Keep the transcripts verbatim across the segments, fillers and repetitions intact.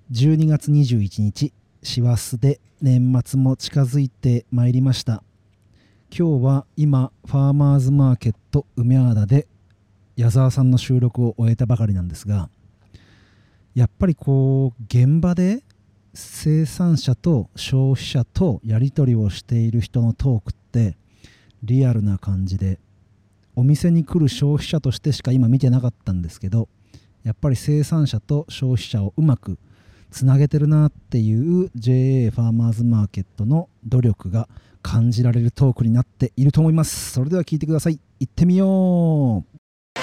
じゅうにがつにじゅういちにち、師走で年末も近づいてまいりました。今日は今ファーマーズマーケット梅和で矢沢さんの収録を終えたばかりなんですが、やっぱりこう現場で生産者と消費者とやり取りをしている人のトークってリアルな感じで、お店に来る消費者としてしか今見てなかったんですけど、やっぱり生産者と消費者をうまくつなげてるなっていう ジェーエー ファーマーズマーケットの努力が感じられるトークになっていると思います。それでは聞いてください。行ってみよう。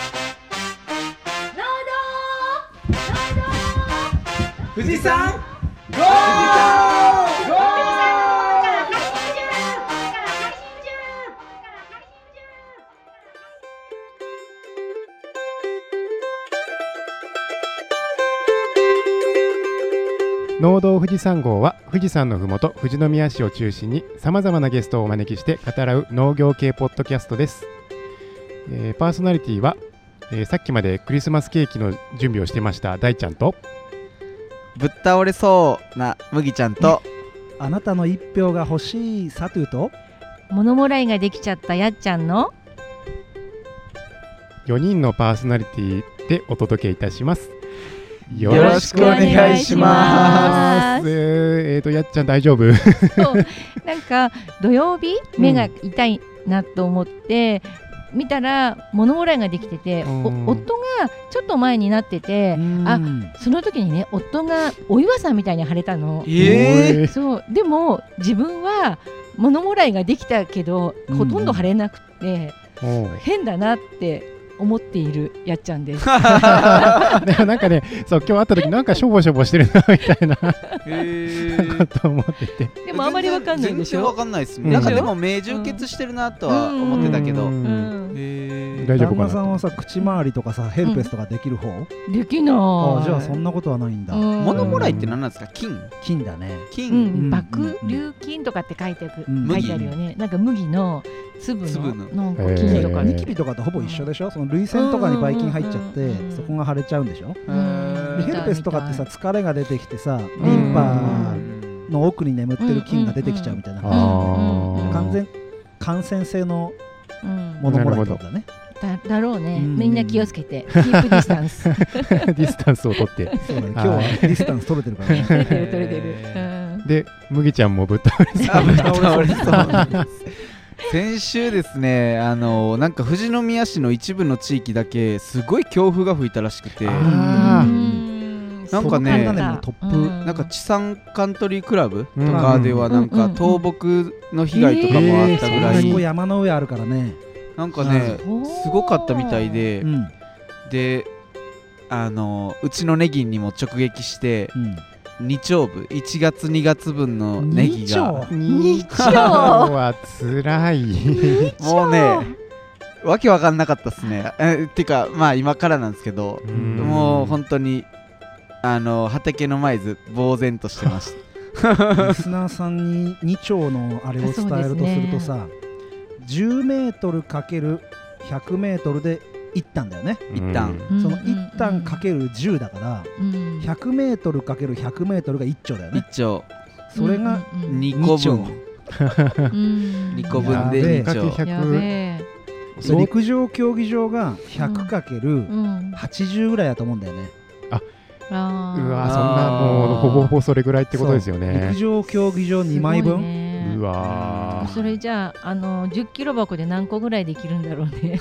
富士山ゴーゴー農道富士山号は富士山のふもと富士宮市を中心にさまざまなゲストをお招きして語らう農業系ポッドキャストです。えー、パーソナリティは、えー、さっきまでクリスマスケーキの準備をしてました大ちゃんと、 ぶっ倒れそうな麦ちゃんと、 あなたの一票が欲しいサトゥと、 物もらいができちゃったやっちゃんのよにんのパーソナリティでお届けいたします。 よろしくお願いします。 えーとやっちゃん大丈夫？ そうなんか土曜日目が痛いなと思って、うん、見たら物もらいができてて、お夫がちょっと前になってて、あその時にね夫がお岩さんみたいに腫れたの。 えー、 そうでも自分は物もらいができたけど、うん、ほとんど腫れなくて、変だなって思っているやっちゃんです。でもなんかね、そう今日会った時なんかしょぼしょぼしてるなみたいなこと思ってて、 でもあまりわかんないでしょ。 全然わかんないです、うん、なんかでも目充血してるなとは思ってたけど、 大丈夫かな。 旦那さんはさ口周りとかさヘルペスとかできる方、 うん、できない。 あじゃあそんなことはないんだ。 物もらいって何なんですか？金金だね。 金、 うん、爆粒金とかって書いてある、うん、書いてあるよね。なんか麦の粒のなんか金とか、 ニキビとかとほぼ一緒でしょ。その涙腺とかにばい菌入っちゃってそこが腫れちゃうんでしょ。でヘルペスとかってさ疲れが出てきてさリンパの奥に眠ってる菌が出てきちゃうみたいな完全感染性のものもらいってことだね。 だ, だろうね。みんな気をつけてキープディスタンスディスタンスを取ってそうだね、今日はディスタンス取れてるからね。 取れてる取れてる、うん、 で麦ちゃんもぶっ倒れそうぶっ倒れそう先週ですね、あのなんか富士宮市の一部の地域だけすごい強風が吹いたらしくて、あなんかね、なんか地産カントリークラブとかではなんか倒木の被害とかもあったぐらい、 そこ山の上あるからね、 なんかねすごかったみたいで、うん、であのうちのネギにも直撃して、うん、に丁部いちがつにがつぶんのネギがに丁はつらいもうねわけわかんなかったっすね。えってかまあ今からなんですけど、もう本当にあの畑の前ず呆然としてましたリスナーさんにに丁のあれを伝えるとするとさ、じゅうメートルかけるひゃくメートルでいったんだよね。 一旦そのいったんかけるじゅうだから、うん、ひゃくメートルかけるひゃくメートルがいっ丁だよね。 いっ丁。 それがにこぶんにこぶんでに丁。 やべえ。 陸上競技場がひゃくかけるはちじゅうぐらいだと思うんだよね。 あうわそんなもうほぼほぼそれぐらいってことですよね。 陸上競技場にまいぶん、 ね、 うわそれじゃあ、あのじゅっキロ箱で何個ぐらいできるんだろうね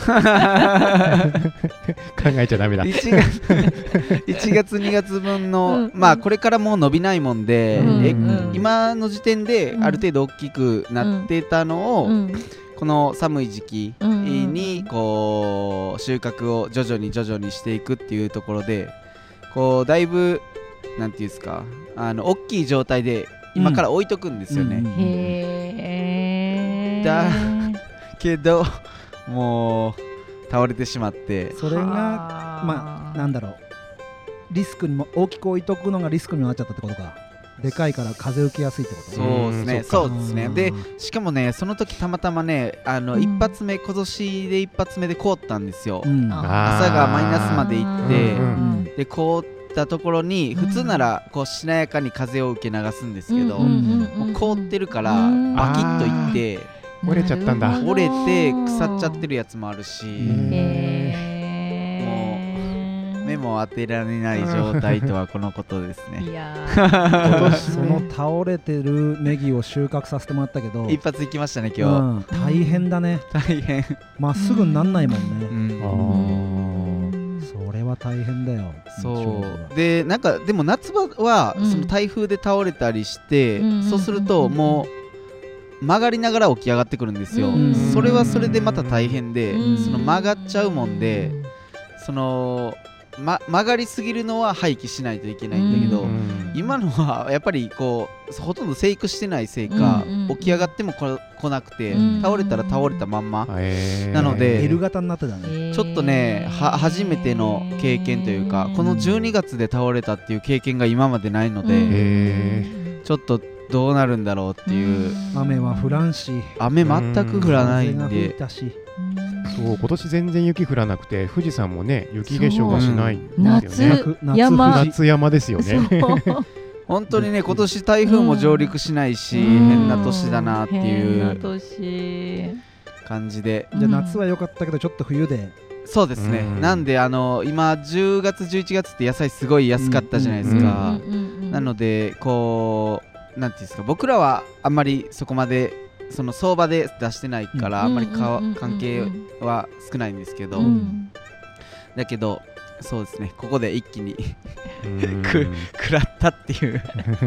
考えちゃダメだ。 いちがつにがつぶんの、うん、まあこれからもう伸びないもんで、うん、え、うん、今の時点である程度大きくなってたのを、うんうんこの寒い時期にこう収穫を徐々に徐々にしていくっていうところでこうだいぶなんていうんですかあの大きい状態で今から置いとくんですよね、うんうん、 へーだけどもう倒れてしまってそれがまあなんだろうリスクにも大きく置いとくのがリスクになっちゃったってことか。でかいから風受けやすいってこと。 そうですね、そうですね。でしかもねその時たまたまねあの、うん、一発目今年で一発目で凍ったんですよ、うん、朝がマイナスまで行って、うん、で凍ったところに普通ならこうしなやかに風を受け流すんですけど、 うんもう凍ってるからバキッといって折れちゃったんだ。 折れて腐っちゃってるやつもあるし、目も当てられない状態とはこのことですね。 いやその倒れてるネギを収穫させてもらったけど一発いきましたね今日、 うん、大変だね。 大変まっすぐになんないもんね、 うんうん、それは大変だよ。 そうでなんかでも夏場はその台風で倒れたりして、うん、そうするともう曲がりながら起き上がってくるんですよ、うん、それはそれでまた大変で、うん、その曲がっちゃうもんでそのま、曲がりすぎるのは廃棄しないといけないんだけど、うん、今のはやっぱりこうほとんど生育してないせいか、うん、起き上がってもこ来なくて、うん、倒れたら倒れたまんま、うん、なので L 型になってたね。 ちょっとねは初めての経験というかこのじゅうにがつで倒れたっていう経験が今までないので、ちょっとどうなるんだろうっていう。 雨は降らんし雨全く降らないんで、 そう今年全然雪降らなくて富士山もね雪化粧がしないんですよね。夏山夏山ですよね。 本当にね今年台風も上陸しないし、うん、変な年だなっていう感じで、 じゃあ夏は良かったけどちょっと冬で。 そうですね、うん、なんであの今じゅうがつじゅういちがつって野菜すごい安かったじゃないですか。なのでこうなんていうんですか、僕らはあんまりそこまでその相場で出してないから、うん、あんまりか関係は少ないんですけど、うん、だけどそうですねここで一気にく食らったっていう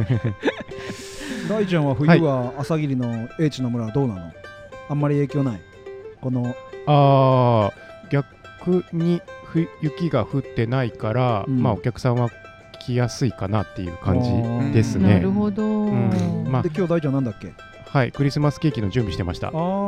大ちゃんは冬は朝霧の英知の村はどうなの？あんまり影響ない？このあ逆にふ雪が降ってないから、うん、まあお客さんは来やすいかなっていう感じですね。 なるほど、うんまあ、で今日大ちゃんなんだっけ？ はい、クリスマスケーキの準備してました。あ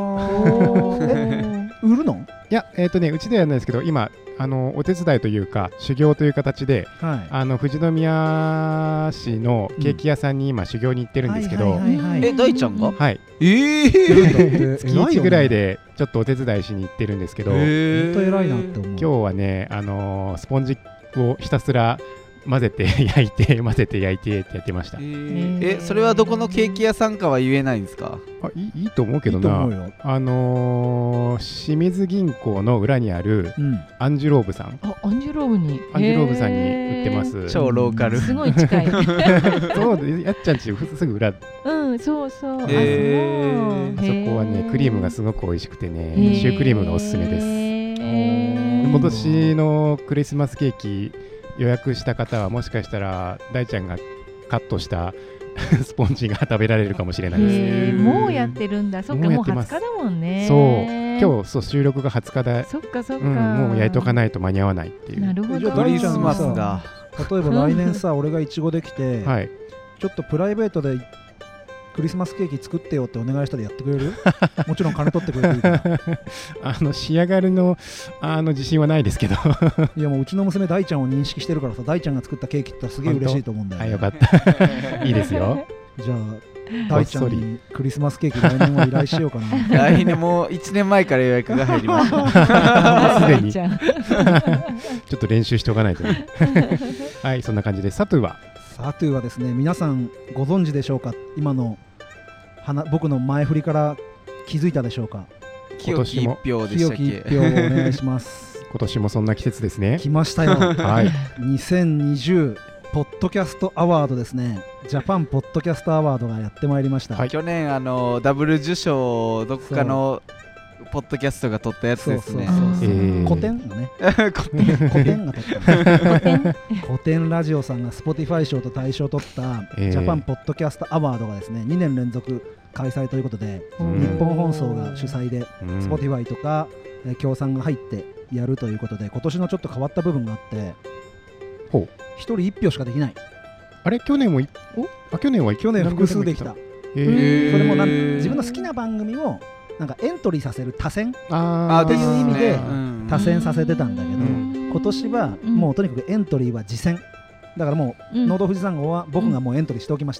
売るの？ いや、えーとね、うちではないですけど今あのお手伝いというか修行という形で、はい、あの富士宮市のケーキ屋さんに今修行に行ってるんですけど、 え、大ちゃんが？ はい、 えー、 月いちぐらいでちょっとお手伝いしに行ってるんですけど、 本当偉いなって思う。 今日はね、あのー、スポンジをひたすら混ぜて焼いて混ぜて焼いてってやってました。えー、えそれはどこのケーキ屋さんかは言えないんですか？ あ い, い, いと思うけどな。いいあのー、清水銀行の裏にある、うん、アンジュローブさん。 あアンジュローブにアンジュローブさんに売ってます。 超ローカル。 すごい近い。 そうやっちゃんちすぐ裏。 うんそうそう。あ, えー、あそこはねクリームがすごく美味しくてねシュークリームがおすすめです。今年のクリスマスケーキ予約した方はもしかしたら大ちゃんがカットしたスポンジが食べられるかもしれないです。 もうやってるんだ。そっかもうはつかだもんね。 そう今日そう収録がはつかでそっかそっか、 うん、もう焼いとかないと間に合わないっていう。 なるほど。 クリスマスだ。 例えば来年さ俺がイチゴできて、はい、ちょっとプライベートでクリスマスケーキ作ってよってお願いしたらやってくれる？もちろん金取ってくれるからあの仕上がるのあの自信はないですけどいやもううちの娘大ちゃんを認識してるからさ大ちゃんが作ったケーキってすげえ嬉しいと思うんだよ、ね、 あよかったいいですよ。 じゃあ大ちゃんにクリスマスケーキ来年も依頼しようかな来年もいちねんまえから予約が入りましたすでにちょっと練習しておかないとねはいそんな感じです。サトゥはサトゥはですね皆さんご存知でしょうか？今の僕の前振りから気づいたでしょうか？ 清き一票でしたっけ？ 清き一票をお願いします今年もそんな季節ですね。 来ましたよ、はい、にせんにじゅうポッドキャストアワードですね。ジャパンポッドキャストアワードがやってまいりました、 はい、去年あのダブル受賞どこかのポッドキャストが取ったやつですね。 古典がね古典が取った古典ラジオさんが Spotify 賞と大賞を取ったジャパンポッドキャストアワードがですねにねん連続開催ということで日本放送が主催で Spotify とか協賛が入ってやるということで今年のちょっと変わった部分があってひとりいち票しかできない。 あれ去年もあ去年は去年複数できた。それもなん自分の好きな番組をなんかエントリーさせる多選っていう意味で多選させてたんだけど、今年はもうとにかくエントリーは次選だからもう農道富士山号は僕がもうエントリーしておきました。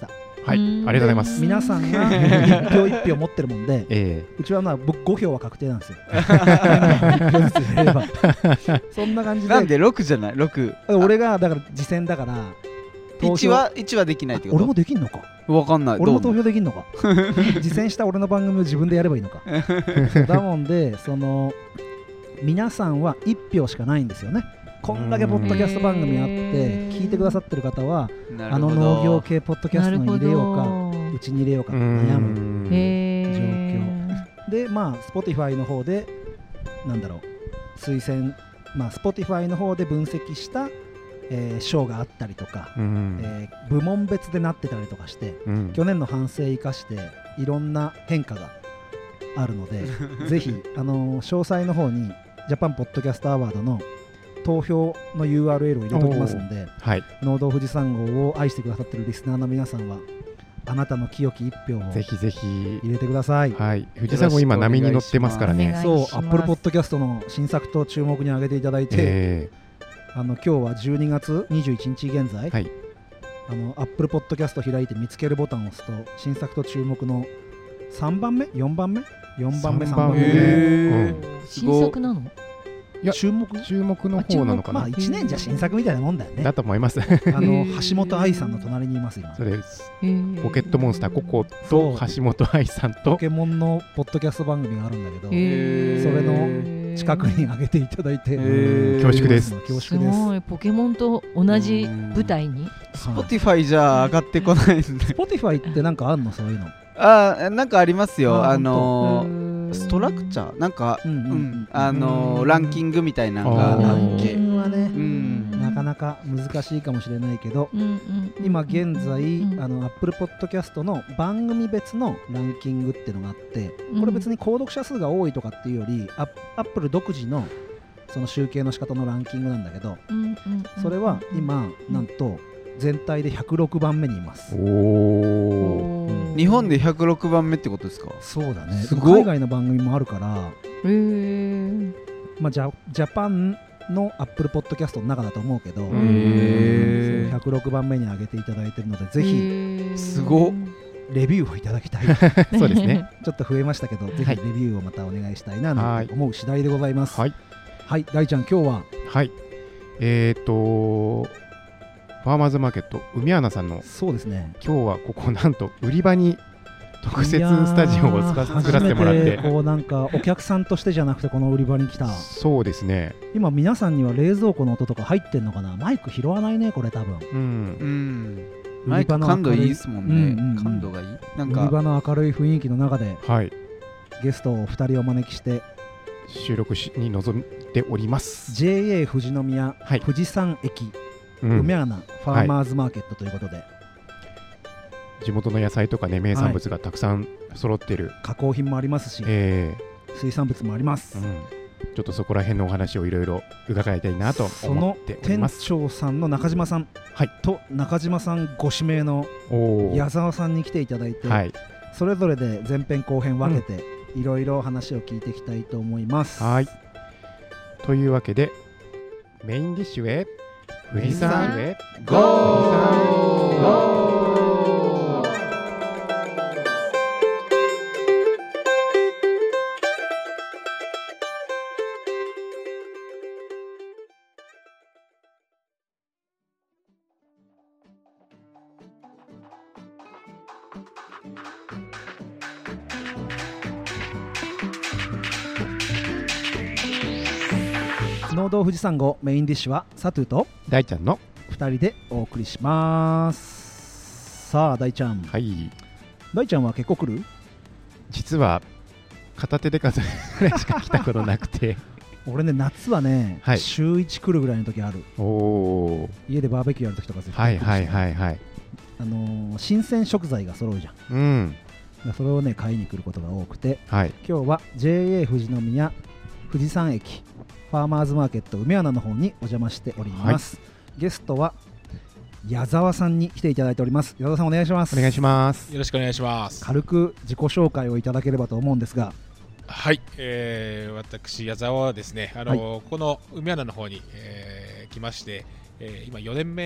はい、ありがとうございます。 皆さんがいっぴょういっぴょう持ってるもんで、 えー、 うちはまあ僕ごひょうは確定なんですよ。そんな感じで。 なんでろくじゃない？ろく。 俺がだから次戦だからいちはいちはできないってこと？ 俺もできんのか。 わかんない。 俺も投票できんのか。次戦した俺の番組を自分でやればいいのか。だもんでその皆さんはいっぴょうしかないんですよね。こんだけポッドキャスト番組あって聞いてくださってる方はあの農業系ポッドキャストに入れようかうちに入れようかと悩む状況で、まあ Spotify の方でなんだろう推薦、まあ Spotify の方で分析したえー、賞があったりとか、うんえー、部門別でなってたりとかして、うん、去年の反省を生かしていろんな変化があるのでぜひ、あのー、詳細の方にジャパンポッドキャストアワードの投票の ユーアールエル を入れておきますので、はい、農道富士山号を愛してくださっているリスナーの皆さんはあなたの清き一票をぜひぜひ入れてください。 はい、富士山号今波に乗ってますからね。 そう、アップルポッドキャストの新作と注目に挙げていただいて、えーあの今日はじゅうにがつにじゅういちにち現在、はい、あのアップルポッドキャスト開いて見つけるボタンを押すと新作と注目のさんばんめよんばんめよんばんめさんばんめ、 うん、新作なの？ いや注目注目の方なのかな。 まあいちねんじゃ新作みたいなもんだよね。 だと思います。あの橋本愛さんの隣にいます今。 そうです。ポケットモンスターココと橋本愛さんとポケモンのポッドキャスト番組があるんだけど、それの近くに上げていただいて恐縮です。 恐縮です。 すごいポケモンと同じ舞台に。 Spotify じゃ上がってこないですね。 Spotify ってなんかあんのそういうの？ あ、なんかありますよ。あのー、ストラクチャーなんか、うんうん、あのー、ランキングみたいなのがあって、 ランキングはね、うん、なかなか難しいかもしれないけど、うんうん、今現在、うん、あの Apple Podcast の番組別のランキングっていうのがあって、これ別に購読者数が多いとかっていうより、アップル独自のその集計の仕方のランキングなんだけど、うんうんうん、それは今なんと全体でひゃくろくばんめにいます。 おー、日本でひゃくろくばんめってことですか？ そうだね。海外の番組もあるから、へー、まあ、ジャ、ジャパンのアップルポッドキャストの中だと思うけど、へー、ひゃくろくばんめに上げていただいているので、ぜひすごレビューをいただきたい。 そうですね。 ちょっと増えましたけど、ぜひレビューをまたお願いしたいなと思う次第でございます。はい、はい、大ちゃん今日ははいえーとファーマーズマーケット海穴さんのそうですね、 今日はここなんと売り場に特設スタジオを作らせてもらって、 こうなんかお客さんとしてじゃなくてこの売り場に来た。 そうですね。 今皆さんには冷蔵庫の音とか入ってんのかな。マイク拾わないねこれ多分。うん、うん、 マイク感度いいですもんね、うんうん、感度がいい。なんか売り場の明るい雰囲気の中で、はい、ゲストをふたりお招きして収録しに臨んでおります。 ジェーエー 富士宮、はい、富士山駅梅穴ファーマーズマーケットということで、はい、 地元の野菜とかね名産物がたくさん揃っている、はい、 加工品もありますし、えー、水産物もあります、うん、 ちょっとそこら辺のお話をいろいろ伺いたいなと思っております。 その店長さんの中島さん、はい、と中島さんご指名の矢沢さんに来ていただいて、はい、それぞれで前編後編分けていろいろ話を聞いていきたいと思います。 はい、というわけでメインディッシュへ富士山へゴー。 農道富士山号メインディッシュはサトゥと大ちゃんのふたりでお送りします。さあ大ちゃん、はい、大ちゃんは結構来る？ 実は片手で数えるぐらいしか来たことなくて俺ね夏はね、はい、週いち来るぐらいの時ある。お家でバーベキューやる時とか絶対来るし、はいはいはいはい、あのー、新鮮食材が揃うじゃん、うん、それをね買いに来ることが多くて、はい、今日は ジェーエー 富士宮富士山駅ファーマーズマーケット梅穴の方にお邪魔しております、はい、ゲストは矢沢さんに来ていただいております。矢沢さんお願いします。 お願いします。 よろしくお願いします。 軽く自己紹介をいただければと思うんですが。 はい、えー、私矢沢はですね、あのーはい、この梅穴の方に、えー、来まして、えー、今よねんめ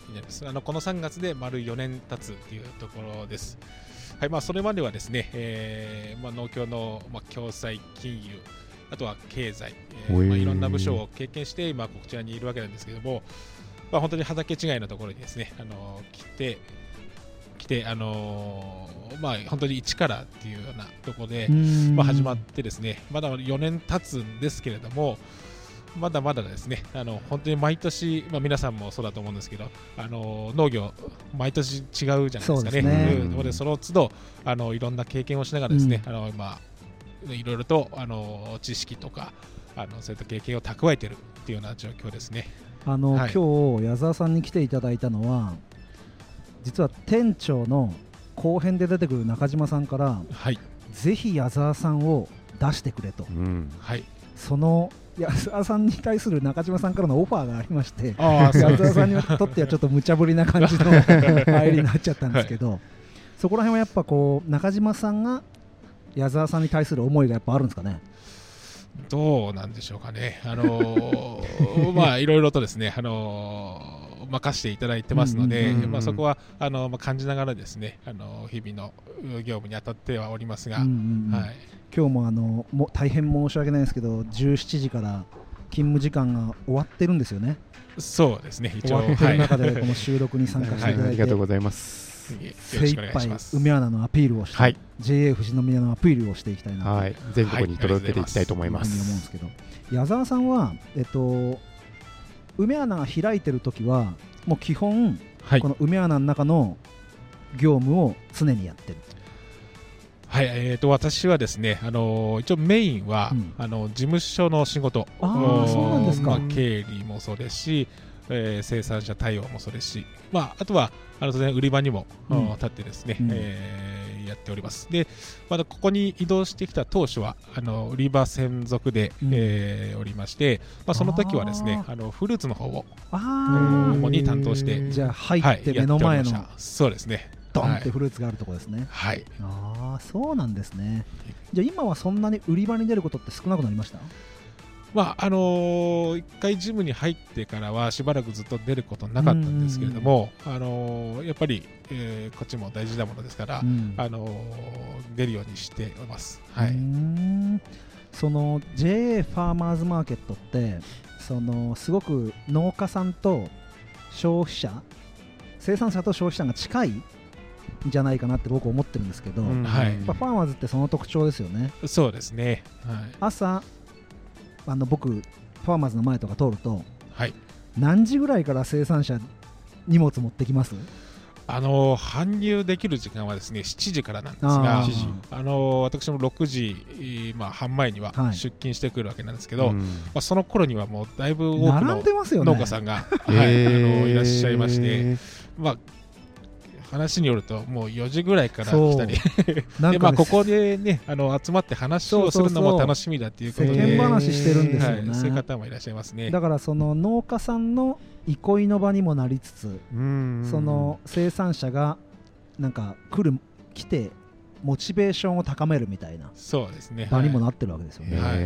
になります。あのこのさんがつで丸よねん経つというところです。はい、まあ、それまではですね、えーまあ、農協の、まあ、共済金融、あとは経済、えーまあ、いろんな部署を経験して今こちらにいるわけなんですけども、まあ、本当に畑違いのところにですね、あの来て来て、あのーまあ、本当に一からっていうようなところで、まあ、始まってですね、まだよねん経つんですけれども、まだまだですね、あの本当に毎年、まあ、皆さんもそうだと思うんですけど、あの農業毎年違うじゃないですかね。そうですね。うん、でその都度あのいろんな経験をしながらですね、うん、あのまあいろいろとあの知識とかあのそういった経験を蓄えているっていうような状況ですね。 あの、はい、今日矢沢さんに来ていただいたのは、実は店長の後編で出てくる中島さんから、はい、ぜひ矢沢さんを出してくれと、うん、はい、その矢沢さんに対する中島さんからのオファーがありまして、矢沢さんにとってはちょっと無茶ぶりな感じの入りになっちゃったんですけど、はい、そこら辺はやっぱこう中島さんが矢沢さんに対する思いがやっぱあるんですかね。 どうなんでしょうかね。あのー、まあいろいろとですね、あのー、任せていただいてますので、まあ、そこはあの、まあ、感じながらですね、あの日々の業務に当たってはおりますが、うんうん、はい、 今日もあのも大変申し訳ないんですけど、じゅうしちじから勤務時間が終わってるんですよね。 そうですね、 一応終わってる中でこの収録に参加していただいて、はい、 ありがとうございます。 精一杯梅穴のアピールをして、はい、ジェーエー 富士宮のアピールをしていきたいなと、はい、 全国に届けていきたいと思います。 思うんですけど、矢沢さんは、えっと、梅穴が開いてるときはもう基本、はい、この梅穴の中の業務を常にやってる。 はい、えー、と私はですね、あのー、一応メインは、うん、あの事務所の仕事、 あそうなんですか、 まあ、経理もそうですし、えー、生産者対応もそうですし、まあ、あとはあの当然売り場にも、うん、立ってですね、うん、えー、やっております。で、まだここに移動してきた当初はあの売り場専属で、うん、えー、おりまして、まあ、その時はですね、あのフルーツの方を主に担当して、 じゃあ入って目の前の、はい、 そうですね、 ドンってフルーツがあるところですね。 はい。 ああ、そうなんですね。じゃあ今はそんなに売り場に出ることって少なくなりました？ まああのー、一回ジムに入ってからはしばらくずっと出ることなかったんですけれども、あのー、やっぱり、えー、こっちも大事なものですから、うん、あのー、出るようにしております。はい。うーん、その ジェーエー ファーマーズマーケットってそのすごく農家さんと消費者、生産者と消費者が近いんじゃないかなって僕思ってるんですけど、うん、はい、ファーマーズってその特徴ですよね。 そうですね、はい、 朝あの僕ファーマーズの前とか通ると、 はい、 何時ぐらいから生産者荷物持ってきます？ あの搬入できる時間はですねしちじからなんですが、ああの私もろくじ、まあ、半前には出勤してくるわけなんですけど、はい、まあ、その頃にはもうだいぶ多くの農家さんが、はい、あのいらっしゃいまして、まあ話によるともうよじぐらいから来たりで、まあ、ここで、ね、あの集まって話をするのも楽しみだということで世間話してるんですよね、 はい、そういう方もいらっしゃいますね。 だからその農家さんの憩いの場にもなりつつ、その生産者がなんか来る来てモチベーションを高めるみたいな場にもなってるわけですよね。はい、うん、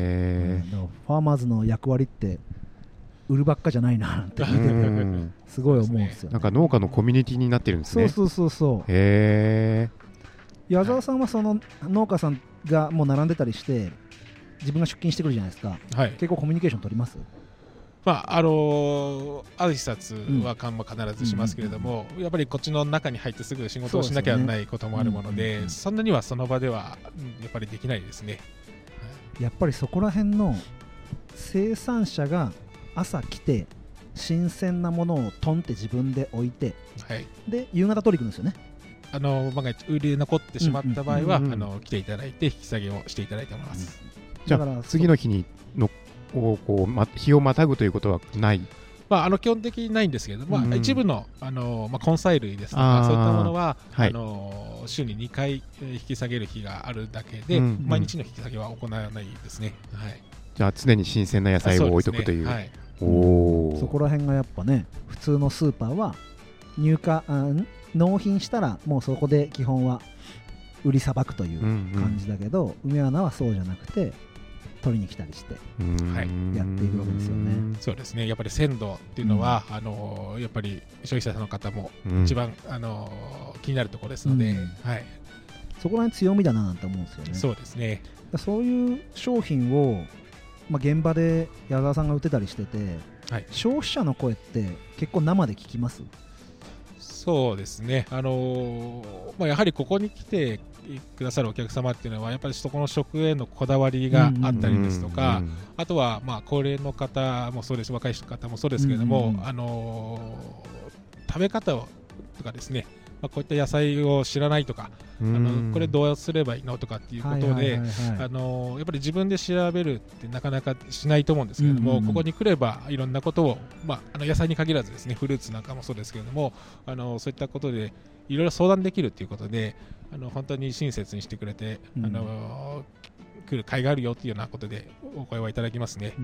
ファーマーズの役割って売るばっかじゃないななんてすごい思うんですよ、ね、 なんか農家のコミュニティになってるんですね。 そうそうそうそう。 へー。矢沢さんはその農家さんがもう並んでたりして自分が出勤してくるじゃないですか、はい、結構コミュニケーション取ります？ まああのー、挨拶は看板必ずしますけれども、うん、やっぱりこっちの中に入ってすぐ仕事をしなきゃならないこともあるもの で, で、ね、そんなにはその場ではやっぱりできないですね。 やっぱりそこら辺の生産者が朝来て新鮮なものをトンって自分で置いて、はい、で夕方取りに行くんですよね。 あの万が一売り残ってしまった場合は、うんうんうんうん、あの来ていただいて引き下げをしていただいております、 うん、じゃあ次の日にのこうこう、ま、日をまたぐということはない？ まあ、あの基本的にないんですけれども、うん、まあ、一部の、あの、まあ、根菜類ですとかそういったものは、はい、あの週ににかい引き下げる日があるだけで、うんうん、毎日の引き下げは行わないですね、はい、 じゃあ常に新鮮な野菜を置いとくという。はい、 おそこら辺がやっぱね、普通のスーパーは入荷納品したらもうそこで基本は売りさばくという感じだけど、うんうん、梅穴はそうじゃなくて取りに来たりしてはいやっているわけですよね。 そうですね、やっぱり鮮度っていうのは、うん、あのやっぱり消費者さんの方も一番、うん、あの気になるところですので、うんはい、 そこら辺強みだななんて思うんですよね。 そうですね。 そういう商品を、まあ、現場で矢沢さんが売ってたりしてて、はい、消費者の声って結構生で聞きます？ そうですね、あのーまあ、やはりここに来てくださるお客様っていうのはやっぱりそこの食へのこだわりがあったりですとか、うんうんうん、あとはまあ高齢の方もそうですし若い方もそうですけれども、うんうん、あのー、食べ方をとかですね、まあ、こういった野菜を知らないとか、あのこれどうすればいいのとかっていうことで、あのやっぱり自分で調べるってなかなかしないと思うんですけれども、うんうん、ここに来ればいろんなことを、まあ、あの野菜に限らずですね、フルーツなんかもそうですけれども、あのそういったことでいろいろ相談できるということで、あの本当に親切にしてくれて、うん、あの来る甲斐があるよというようなことでお声はいただきますね。 うん、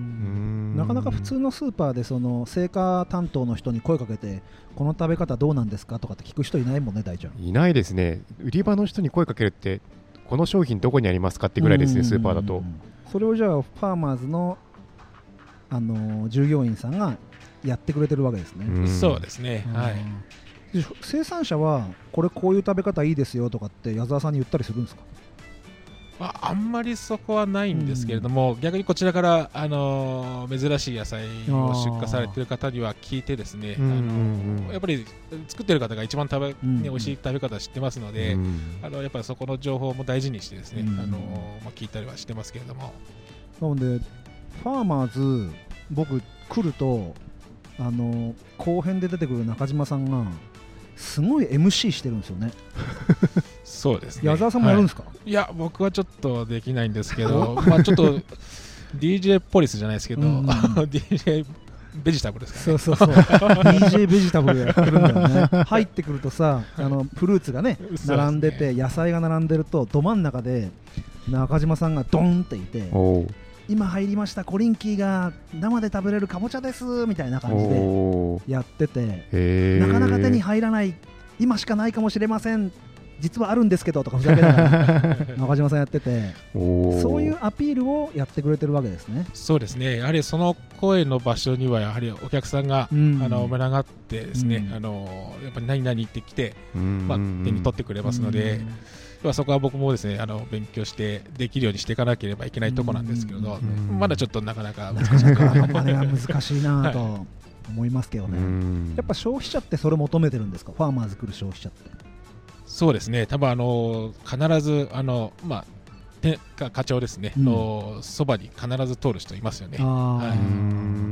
なかなか普通のスーパーでその青果担当の人に声かけてこの食べ方どうなんですかとかって聞く人いないもんね。大ちゃんいないですね。売り場の人に声かけるってこの商品どこにありますかってぐらいですね、スーパーだと。 それをじゃあファーマーズの、あのー、従業員さんがやってくれてるわけですね。 うそうですね、はい。 生産者はこれこういう食べ方いいですよとかって矢沢さんに言ったりするんですか？ まあ、あんまりそこはないんですけれども、うん、逆にこちらから、あのー、珍しい野菜を出荷されている方には聞いてですね、あのー、やっぱり作ってる方が一番食べ、ね、美味しい食べ方を知ってますので、うん、あのやっぱりそこの情報も大事にしてですね、うん、あのーまあ、聞いたりはしてますけれども。 なのでファーマーズ僕来ると、あのー、後編で出てくる中島さんがすごい エムシー してるんですよね。 そうですね。 矢沢さんもやるんですか？ はい、いや僕はちょっとできないんですけどまあちょっと ディージェー ポリスじゃないですけど、うん、ディージェー ベジタブルですかね。 そうそうそうディージェー ベジタブルやってるんだよね。入ってくるとさ、あのフルーツがね並んでて、ね、野菜が並んでるとど真ん中で中島さんがドンっていて、今入りましたコリンキーが生で食べれるかぼちゃですみたいな感じでやってて、なかなか手に入らない、今しかないかもしれません、実はあるんですけどとかふざけながら中島さんやってて、そういうアピールをやってくれてるわけですね。 そうですね。やはりその声の場所にはやはりお客さんが、うん、あの群がってですね、うん、あのやっぱり何々ってきて、まあ、手に取ってくれますので、うん、そこは僕もですね、あの勉強してできるようにしていかなければいけないところなんですけど、うん、まだちょっとなかなか難しいなかなか難しいなと思いますけどね、はい、やっぱ消費者ってそれ求めてるんですか？ファーマーズ来る消費者って。 そうですね、多分あの必ずあの、まあ、て課長ですね、うん、のそばに必ず通る人いますよね。 はい、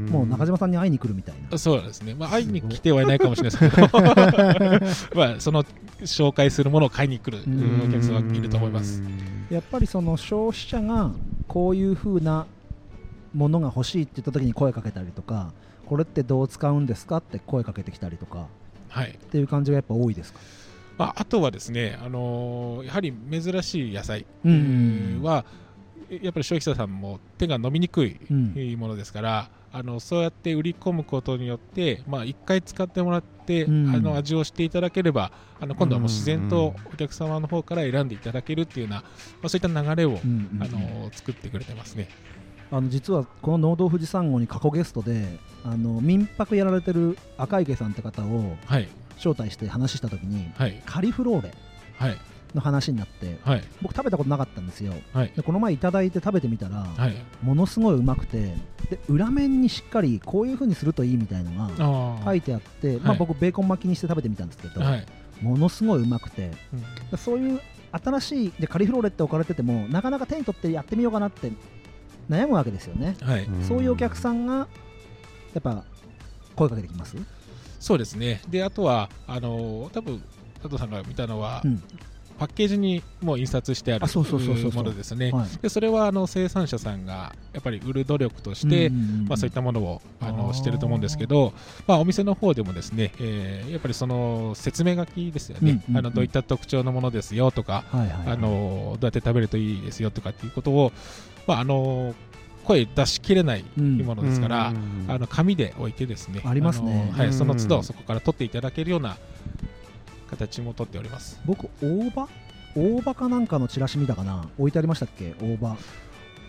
もう中島さんに会いに来るみたいな。 そうですね、まあ、会いに来てはいないかもしれないですけどまあその紹介するものを買いに来るお客さんはいると思います。 やっぱりその消費者がこういう風なものが欲しいって言った時に声かけたりとか、これってどう使うんですかって声かけてきたりとか、はい、っていう感じがやっぱ多いですか？ まあ、あとはですね、あのー、やはり珍しい野菜はやっぱり消費者さんも手が伸びにくいものですから、うん、あのそうやって売り込むことによって、まあ、いっかい使ってもらって、うん、あの味をしていただければ、あの今度はもう自然とお客様の方から選んでいただけるっていうような、まあ、そういった流れを、うんうん、あの作ってくれてますね。 あの実はこの農道富士山号に過去ゲストであの民泊やられてる赤池さんって方を、はい、招待して話したときに、はい、カリフローレの話になって、はい、僕食べたことなかったんですよ、はい、でこの前いただいて食べてみたら、はい、ものすごいうまくて、で裏面にしっかりこういう風にするといいみたいなのが書いてあって、まあ、僕ベーコン巻きにして食べてみたんですけど、はい、ものすごいうまくて、うん、そういう新しいでカリフローレって置かれててもなかなか手に取ってやってみようかなって悩むわけですよね、はい、そういうお客さんがやっぱ声かけてきます。 そうですね。であとはあの多分佐藤さんが見たのは、うん、パッケージにもう印刷してあるものですね。でそれはあの生産者さんがやっぱり売る努力として、まあ、そういったものをあのしてると思うんですけど、まあ、お店の方でもですね、えー、やっぱりその説明書きですよね、うんうんうん、あのどういった特徴のものですよとか、はいはいはい、あのどうやって食べるといいですよとかっていうことを、まあ、あの声出しきれないものですから、うん、あの紙で置いてですね、 ありますね、 はい、その都度そこから取っていただけるような形も取っております。 僕大葉大葉かなんかのチラシ見たかな、置いてありましたっけ？大葉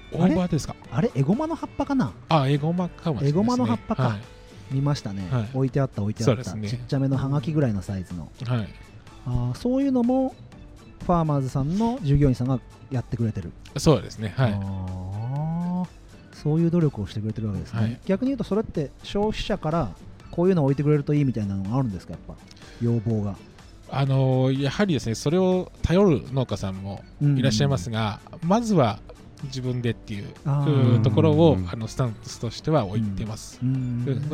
大葉ですか。 あれエゴマの葉っぱかな。 あ、エゴマかもしれないですね。 エゴマの葉っぱか、 はい、 見ましたね、 はい、 置いてあった置いてあった、 ね、 ちっちゃめのハガキぐらいのサイズの、 はい、 あそういうのもファーマーズさんの従業員さんがやってくれてる。 そうですね、はい、 あそういう努力をしてくれてるわけですね、はい、逆に言うとそれって消費者からこういうのを置いてくれるといいみたいなのがあるんですか、やっぱ要望が。 あのー、やはりですね、それを頼る農家さんもいらっしゃいますが、うん、まずは自分でっていうところをあのスタンスとしては置いてます、うん、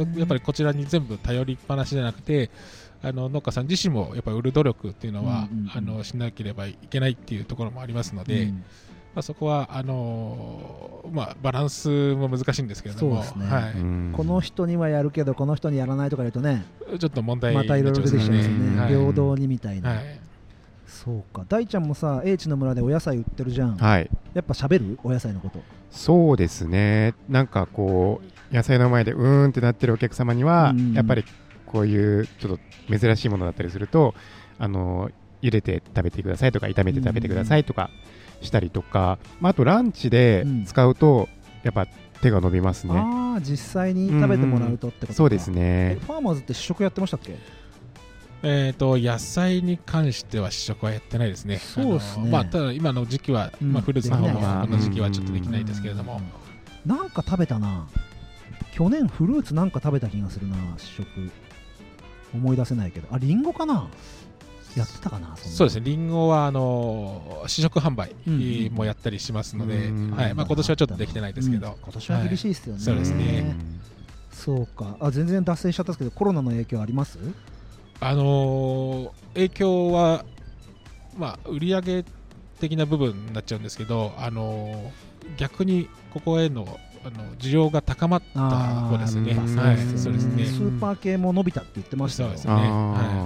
やっぱりこちらに全部頼りっぱなしじゃなくて、あの農家さん自身もやっぱり売る努力っていうのは、うんうんうん、あのしなければいけないっていうところもありますので、うん、まあ、そこはあのーまあ、バランスも難しいんですけれども、 そうですね、はい、この人にはやるけどこの人にやらないとか言うとね、 ちょっと問題またいろいろ出てきちゃうんですよね、 はい、 平等にみたいな、はい、そうか。大ちゃんもさ、英知の村でお野菜売ってるじゃん、 はい、やっぱ喋るお野菜のこと。 そうですね、なんかこう野菜の前でうーんってなってるお客様には、うん、やっぱりこういうちょっと珍しいものだったりすると、あの茹でて食べてくださいとか炒めて食べてくださいとかしたりとか、まあ、あとランチで使うとやっぱ手が伸びますね、 うん、あ実際に食べてもらうとってことか、うんうん、 そうですね。 ファーマーズって試食やってましたっけ。 えー、と野菜に関しては試食はやってないですね。 そうですね、 まあ、ただ今の時期は、うんまあ、フルーツの方もこの時期はちょっとできないですけれども、 なんか食べたな、去年フルーツなんか食べた気がするな、試食思い出せないけど、あリンゴかな、やってたかな。 そ, そうですね、リンゴはあのー、試食販売もやったりしますので、うんはいまあ、今年はちょっとできてないですけど、うん、 今年は厳しいですよね、はい、 そうですね。 そうか、あ全然脱線しちゃったんですけど、コロナの影響あります？ あのー、影響は、まあ、売上的な部分になっちゃうんですけど、あのー、逆にここへのあの需要が高まった方ですね。はい、そうですね。 スーパー系も伸びたって言ってましたよ。 そうですね。はい、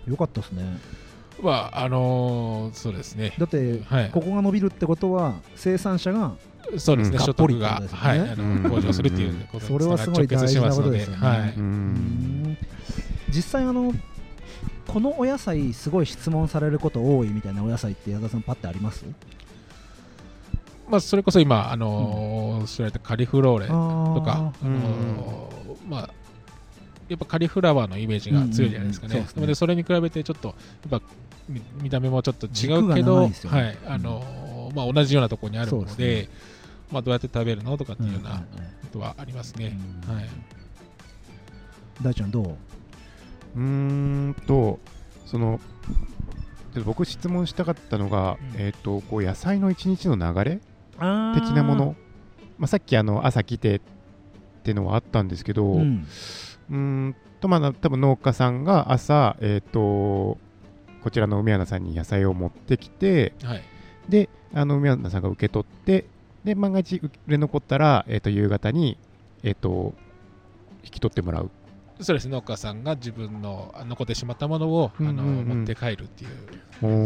うん、よかったですね。 まああのー、そうですね。 だって、はい、ここが伸びるってことは生産者がそうですね、所得が、 ねはい、あの向上するっていうことにそれはすごい大事なことですよね。 はい、 うん実際あのこのお野菜すごい質問されること多いみたいなお野菜って矢田さんパッてあります？ まあ、それこそ今、あのー、知られたカリフローレとか、あのーまあ、やっぱカリフラワーのイメージが強いじゃないですかね。うんうんうん、そ, で、ね、それに比べてちょっとやっぱ 見, 見た目もちょっと違うけど、はいあのーまあ、同じようなところにあるの で, で、ねまあ、どうやって食べるのとかっていうようなことはありますね。うんうんうんはい、 大ちゃんどう？ うーんとその僕質問したかったのが、うんえー、とこう野菜の一日の流れ的なもの、まあ、さっきあの朝来てっていうのはあったんですけど、うん、うーんとまあ多分農家さんが朝、えー、とこちらの梅穴さんに野菜を持ってきて、はい、であの梅穴さんが受け取ってで万が一売れ残ったら、えー、と夕方に、えー、と引き取ってもらう。 そうですね、農家さんが自分の残ってしまったものを、うんうんうん、あの持って帰るっていう、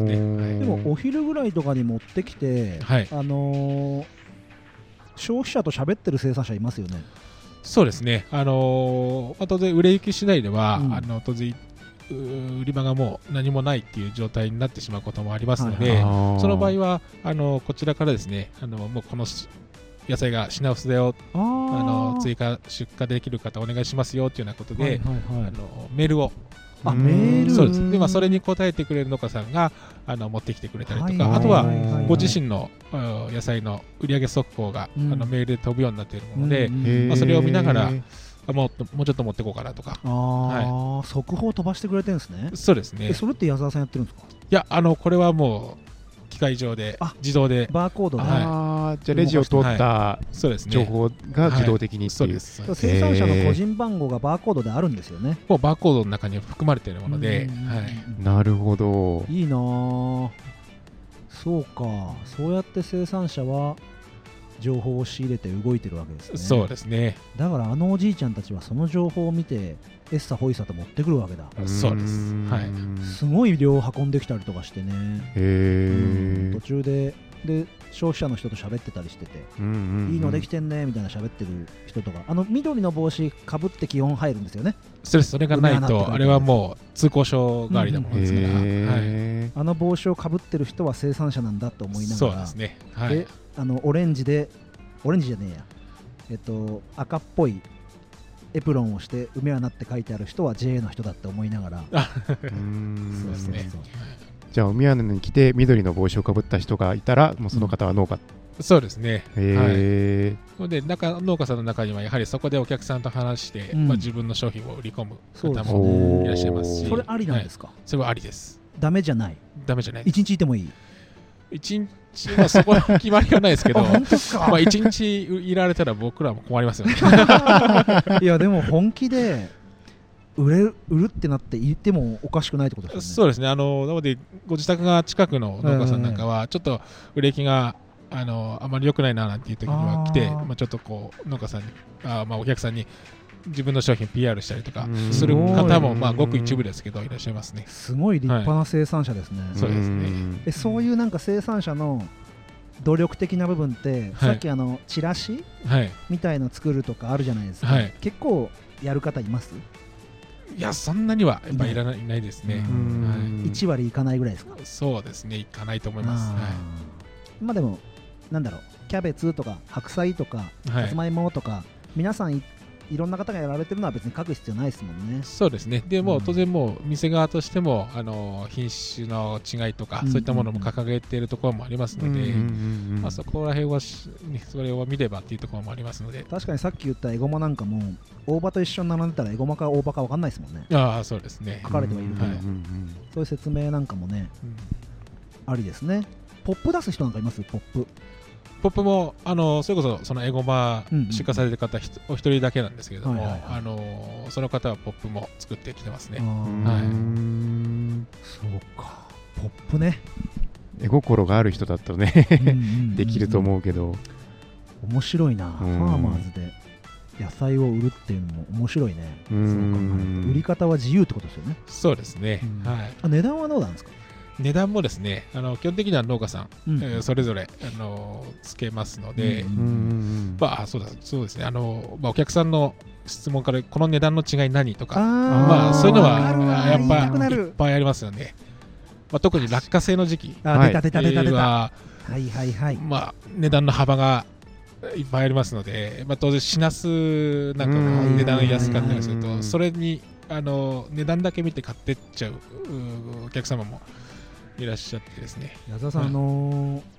ねはい、 でもお昼ぐらいとかに持ってきて、はいあのー、消費者と喋ってる生産者いますよね。 そうですね、あのーまあ、当然売れ行き次第では、うん、あの当然売り場がもう何もないっていう状態になってしまうこともありますので、はい、その場合はあのこちらからですねあのもうこの野菜が品薄だよあの追加出荷できる方お願いしますよというようなことで、はいはいはい、あのメールをあメールそうですで、まあ、それに答えてくれる農家さんがあの持ってきてくれたりとか、はいはいはいはい、あとはご自身の野菜の売上速報が、うん、あのメールで飛ぶようになっているもので、うんまあ、それを見ながらもう、もうちょっと持っていこうかなとかあ、はい、速報飛ばしてくれてるんですね。 そうですね。 それって矢沢さんやってるんですか？ いやあのこれはもう機械上で自動でバーコードで、 はい、あじゃあレジを通った情報が自動的にっていう、はい、そうです生産者の個人番号がバーコードであるんですよね。 もうバーコードの中に含まれているもので、はい、 なるほどいいなぁ。そうかそうやって生産者は情報を仕入れて動いてるわけですね。 そうですね。 だからあのおじいちゃんたちはその情報を見てエッサホイサと持ってくるわけだ。 そうです、はい、 すごい量運んできたりとかしてね。 へうん途中でで消費者の人と喋ってたりしてて、 うんうんうん、 いいのできてんねみたいな喋ってる人とか、あの緑の帽子かぶって基本入るんですよね。 それそれがないとあれはもう通行証代わりなものですから、うんうんはい、 あの帽子をかぶってる人は生産者なんだと思いながら、 そうですね、はい、 であのオレンジでオレンジじゃねえや、えっと、赤っぽいエプロンをして梅穴って書いてある人は ジェイエー の人だって思いながらうーんそうですね。じゃあ梅穴に来て緑の帽子をかぶった人がいたらもうその方は農家、 うん、そうですね、 へーはい、で中農家さんの中にはやはりそこでお客さんと話して、うんまあ、自分の商品を売り込む方もいらっしゃいますし、 それありなんですか？はい、 それはありです。 ダメじゃない？ ダメじゃない。 一日いてもいい？ 一日はそこは決まりはないですけど本当ですか？ まあ一日いられたら僕らも困りますよねいやでも本気で売れる売るってなって言ってもおかしくないってことですよね。 そうですね。あのなのでご自宅が近くの農家さんなんかはちょっと売れ行きがあのあまり良くないななんていう時には来て、あまあちょっとこう農家さんにあまあお客さんに自分の商品 ピーアール したりとかする方もまあごく一部ですけどいらっしゃいますね。 すごい立派な生産者ですね。 はい、そうですね。 えそういうなんか生産者の努力的な部分って、はい、さっきあのチラシ、はい、みたいの作るとかあるじゃないですか、はい、結構やる方います？ いやそんなにはやっぱいらない、ないですね、 はい、いち割いかないぐらいですか？ そうですね、いかないと思います。 あ、はい、まあでもなんだろう、キャベツとか白菜とかさつまいもとか、はい、皆さん い, いろんな方がやられてるのは別に書く必要ないですもんね。 そうですね。でもう当然もう店側としてもあの品種の違いとか、うん、そういったものも掲げているところもありますので、まあそこら辺はそれを見ればっていうところもありますので。 確かにさっき言ったエゴマなんかも大葉と一緒に並んでたらエゴマか大葉か分かんないですもんね。 ああそうですね。 書かれてはいるけど、はい、そういう説明なんかもね、うん、ありですね。ポップ出す人なんかいます？ポップポップもあのそれこそそのエゴマ出荷されてる方、うんうん、お一人だけなんですけれども、はいはいはい、あのその方はポップも作ってきてますね。はい、 そうか、ポップね。 絵心がある人だったらねうんうんうん、できると思うけど面白いな。ファーマーズで野菜を売るっていうのも面白いね。そう考えると売り方は自由ってことですよね。 そうですね、うん、はい、 あ値段はどうなんですか？ 値段もですね、あの基本的には農家さん、うんえー、それぞれあのつけますので、うんうん、まあそうだそうですね、あのまあお客さんの質問からこの値段の違い何とか、あまあそういうのはやっぱいっぱいありますよね。まあ特に落花生の時期は、出た出た出た出た、 はいはいはい、まあ値段の幅がいっぱいありますので、まあ当然シナスなんかも値段安かったりすると、それにあの値段だけ見て買ってっちゃうお客様もいらっしゃってですね。 矢沢さん、うん、あのー、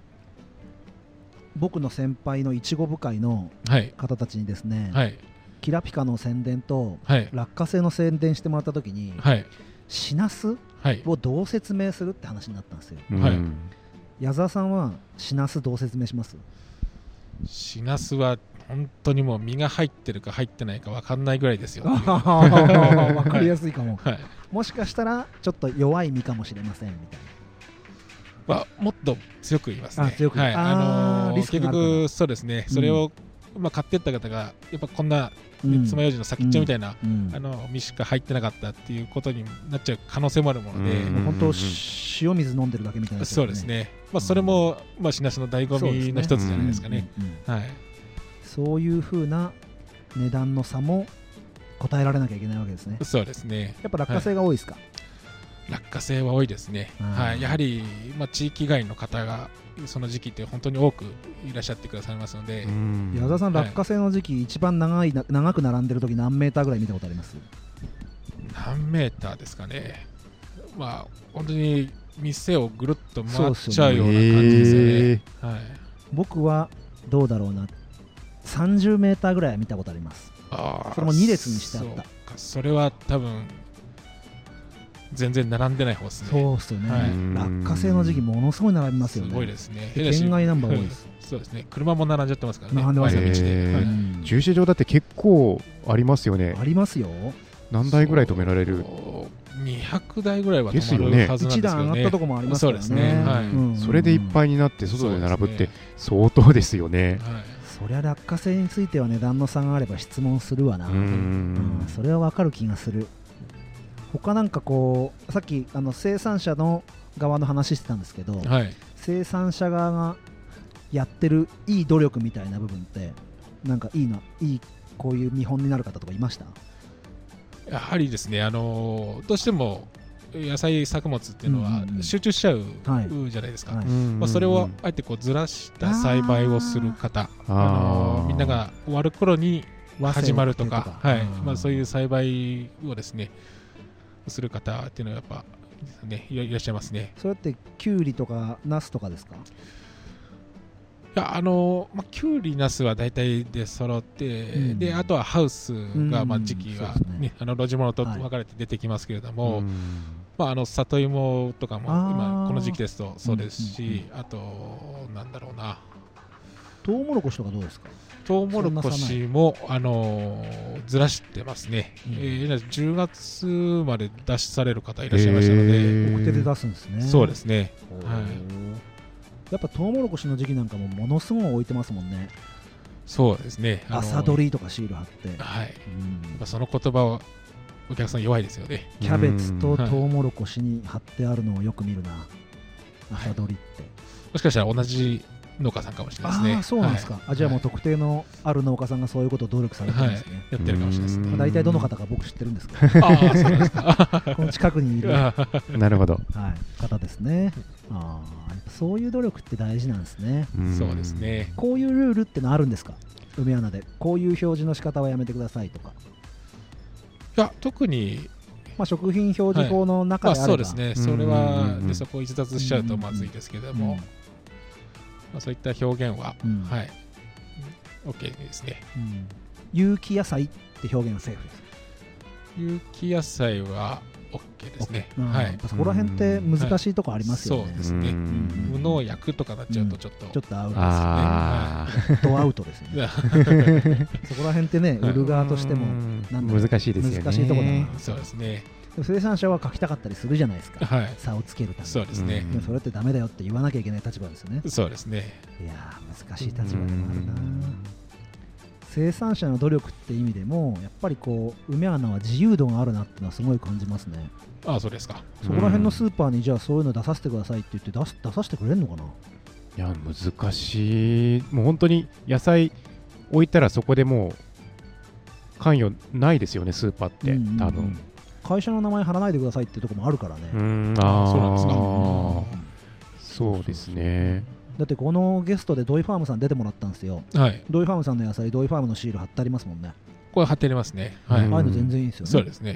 僕の先輩のいちご部会の方たちにですね、はい、キラピカの宣伝と、はい、落花生の宣伝してもらった時に、はい、シナスをどう説明するって話になったんですよ、はい、矢沢さんはシナスどう説明します？ シナスは本当にもう実が入ってるか入ってないか分かんないぐらいですよ。 分かりやすいかも、はい、もしかしたらちょっと弱い実かもしれませんみたいな、まあ、もっと強く言いますね。 あ強く、はい、 あのー、結局そうですね、それを、うん、まあ、買っていった方がやっぱこんなつまようじの先っちょみたいな、うんうん、あの実しか入ってなかったっていうことになっちゃう可能性もあるもので、 うん、本当塩水飲んでるだけみたいな、ね、 そうですね、まあ、それも、まあ、シナスの醍醐味の一つじゃないですかね。 そういう風な値段の差も答えられなきゃいけないわけですね。 そうですね。 やっぱ落花生が多いですか？はい、 落花生は多いですね。はい、やはり、まあ、地域外の方がその時期って本当に多くいらっしゃってくださいますので。 矢沢さん、落花生の時期、はい、一番長い長く並んでる時何メーターぐらい見たことあります？ 何メーターですかね。まあ本当に店をぐるっと回っちゃうような感じですよね。はい、僕はどうだろうな、さんじゅうメーターぐらいは見たことあります。あ、それもに列にしてあった。 それは多分全然並んでない方ですね。 そうですよね、はい、落花生の時期ものすごい並びますよね。 すごいですね。 県外ナンバー多いです。 そうですね、車も並んじゃってますからね。 並んでますよね、 はい、駐車場だって結構ありますよね。 ありますよ。 何台ぐらい止められる？ にひゃくだいぐらいは止まるはずなんですよね。いちだん上がったとこもありますからね。 そうですね、はい、うん、 それでいっぱいになって外で並ぶって相当ですよね。はい、 そりゃ落花生については値段の差があれば質問するわな。うん、うん、それは分かる気がする。他なんかこうさっきあの生産者の側の話してたんですけど、はい、 生産者側がやってるいい努力みたいな部分ってなんかいいないいこういう見本になる方とかいました？ やはりですね、あのどうしても野菜作物っていうのは集中しちゃうじゃないですか、はいはい、まあ、それをあえてこうずらした栽培をする方、あ、あのみんなが終わる頃に始まるとか、はい、まあ、そういう栽培をですねする方っていうのはやっぱ、ね、いらっしゃいますね。 それってキュウリとかナスとかですか？ いや、あのまあ、キュウリナスは大体で揃って、うん、であとはハウスが、まあ、時期が、ね、ね、あの露地物と分かれて出てきますけれども、はい、まあ、あの里芋とかも今この時期ですとそうですし、うんうんうん、あとなんだろうな、 トウモロコシとかどうですか？ トウモロコシも、あのー、ずらしてますね、うん、えー、じゅうがつまで出しされる方いらっしゃいましたので、 奥手で出すんですね。 そうですね、はい、 やっぱトウモロコシの時期なんかもものすごい置いてますもんね。 そうですね、 あのー、朝取りとかシール貼って、 はい、うん、やっぱその言葉をお客さん弱いですよね。 キャベツとトウモロコシに貼ってあるのをよく見るな、はい、朝取りって、 もしかしたら同じ農家さんかもしれないですね。 あ、そうなんですか、はい、あ、じゃあもう特定のある農家さんがそういうことを努力されてるんですね、はい、 やってるかもしれないですね。 まあ、大体どの方か僕知ってるんですけど、 あ、そうなんですかこの近くにいるなるほど、 はい、方ですね。あ、そういう努力って大事なんですね。 そうですね。 こういうルールってのあるんですか？梅穴でこういう表示の仕方はやめてくださいとか。 いや、特に、 まあ、食品表示法の中であれば、はい、 まあ、そうですね、それはでそこを逸脱しちゃうとまずいですけれども、まあ、そういった表現は、うん、はい、OK ですね、 うん、有機野菜って表現はセーフです。 有機野菜は OK ですね、 はい、そこら辺って難しいとこありますよね、 はい、そうですね、無農薬とかなっちゃうとちょっと、うん、 ちょっとアウトですね、はい、ドアウトですねそこら辺ってね、売る側としてもなんだ難しいですよね。 難しいところだな。 そうですね。 生産者は書きたかったりするじゃないですか、はい、差をつけるために。 そうですね。 でもそれってダメだよって言わなきゃいけない立場ですよね。 そうですね。 いやー、難しい立場でもあるな。生産者の努力って意味でもやっぱりこう梅穴は自由度があるなっていうのはすごい感じますね。 ああ、そうですか。 そこら辺のスーパーにじゃあそういうの出させてくださいって言って出す出させてくれるのかな。いや、難しい。もう本当に野菜置いたらそこでもう関与ないですよね、スーパーって、うんうんうん、多分会社の名前貼らないでくださいっていうところもあるからね。 うーん、ああ、そうなんですか。そうですね。 だってこのゲストでドイファームさん出てもらったんですよ、はい、ドイファームさんの野菜ドイファームのシール貼ってありますもんね。 これ貼ってありますね、はい、 ああいうの全然いいですよね。 そうですね、 うん、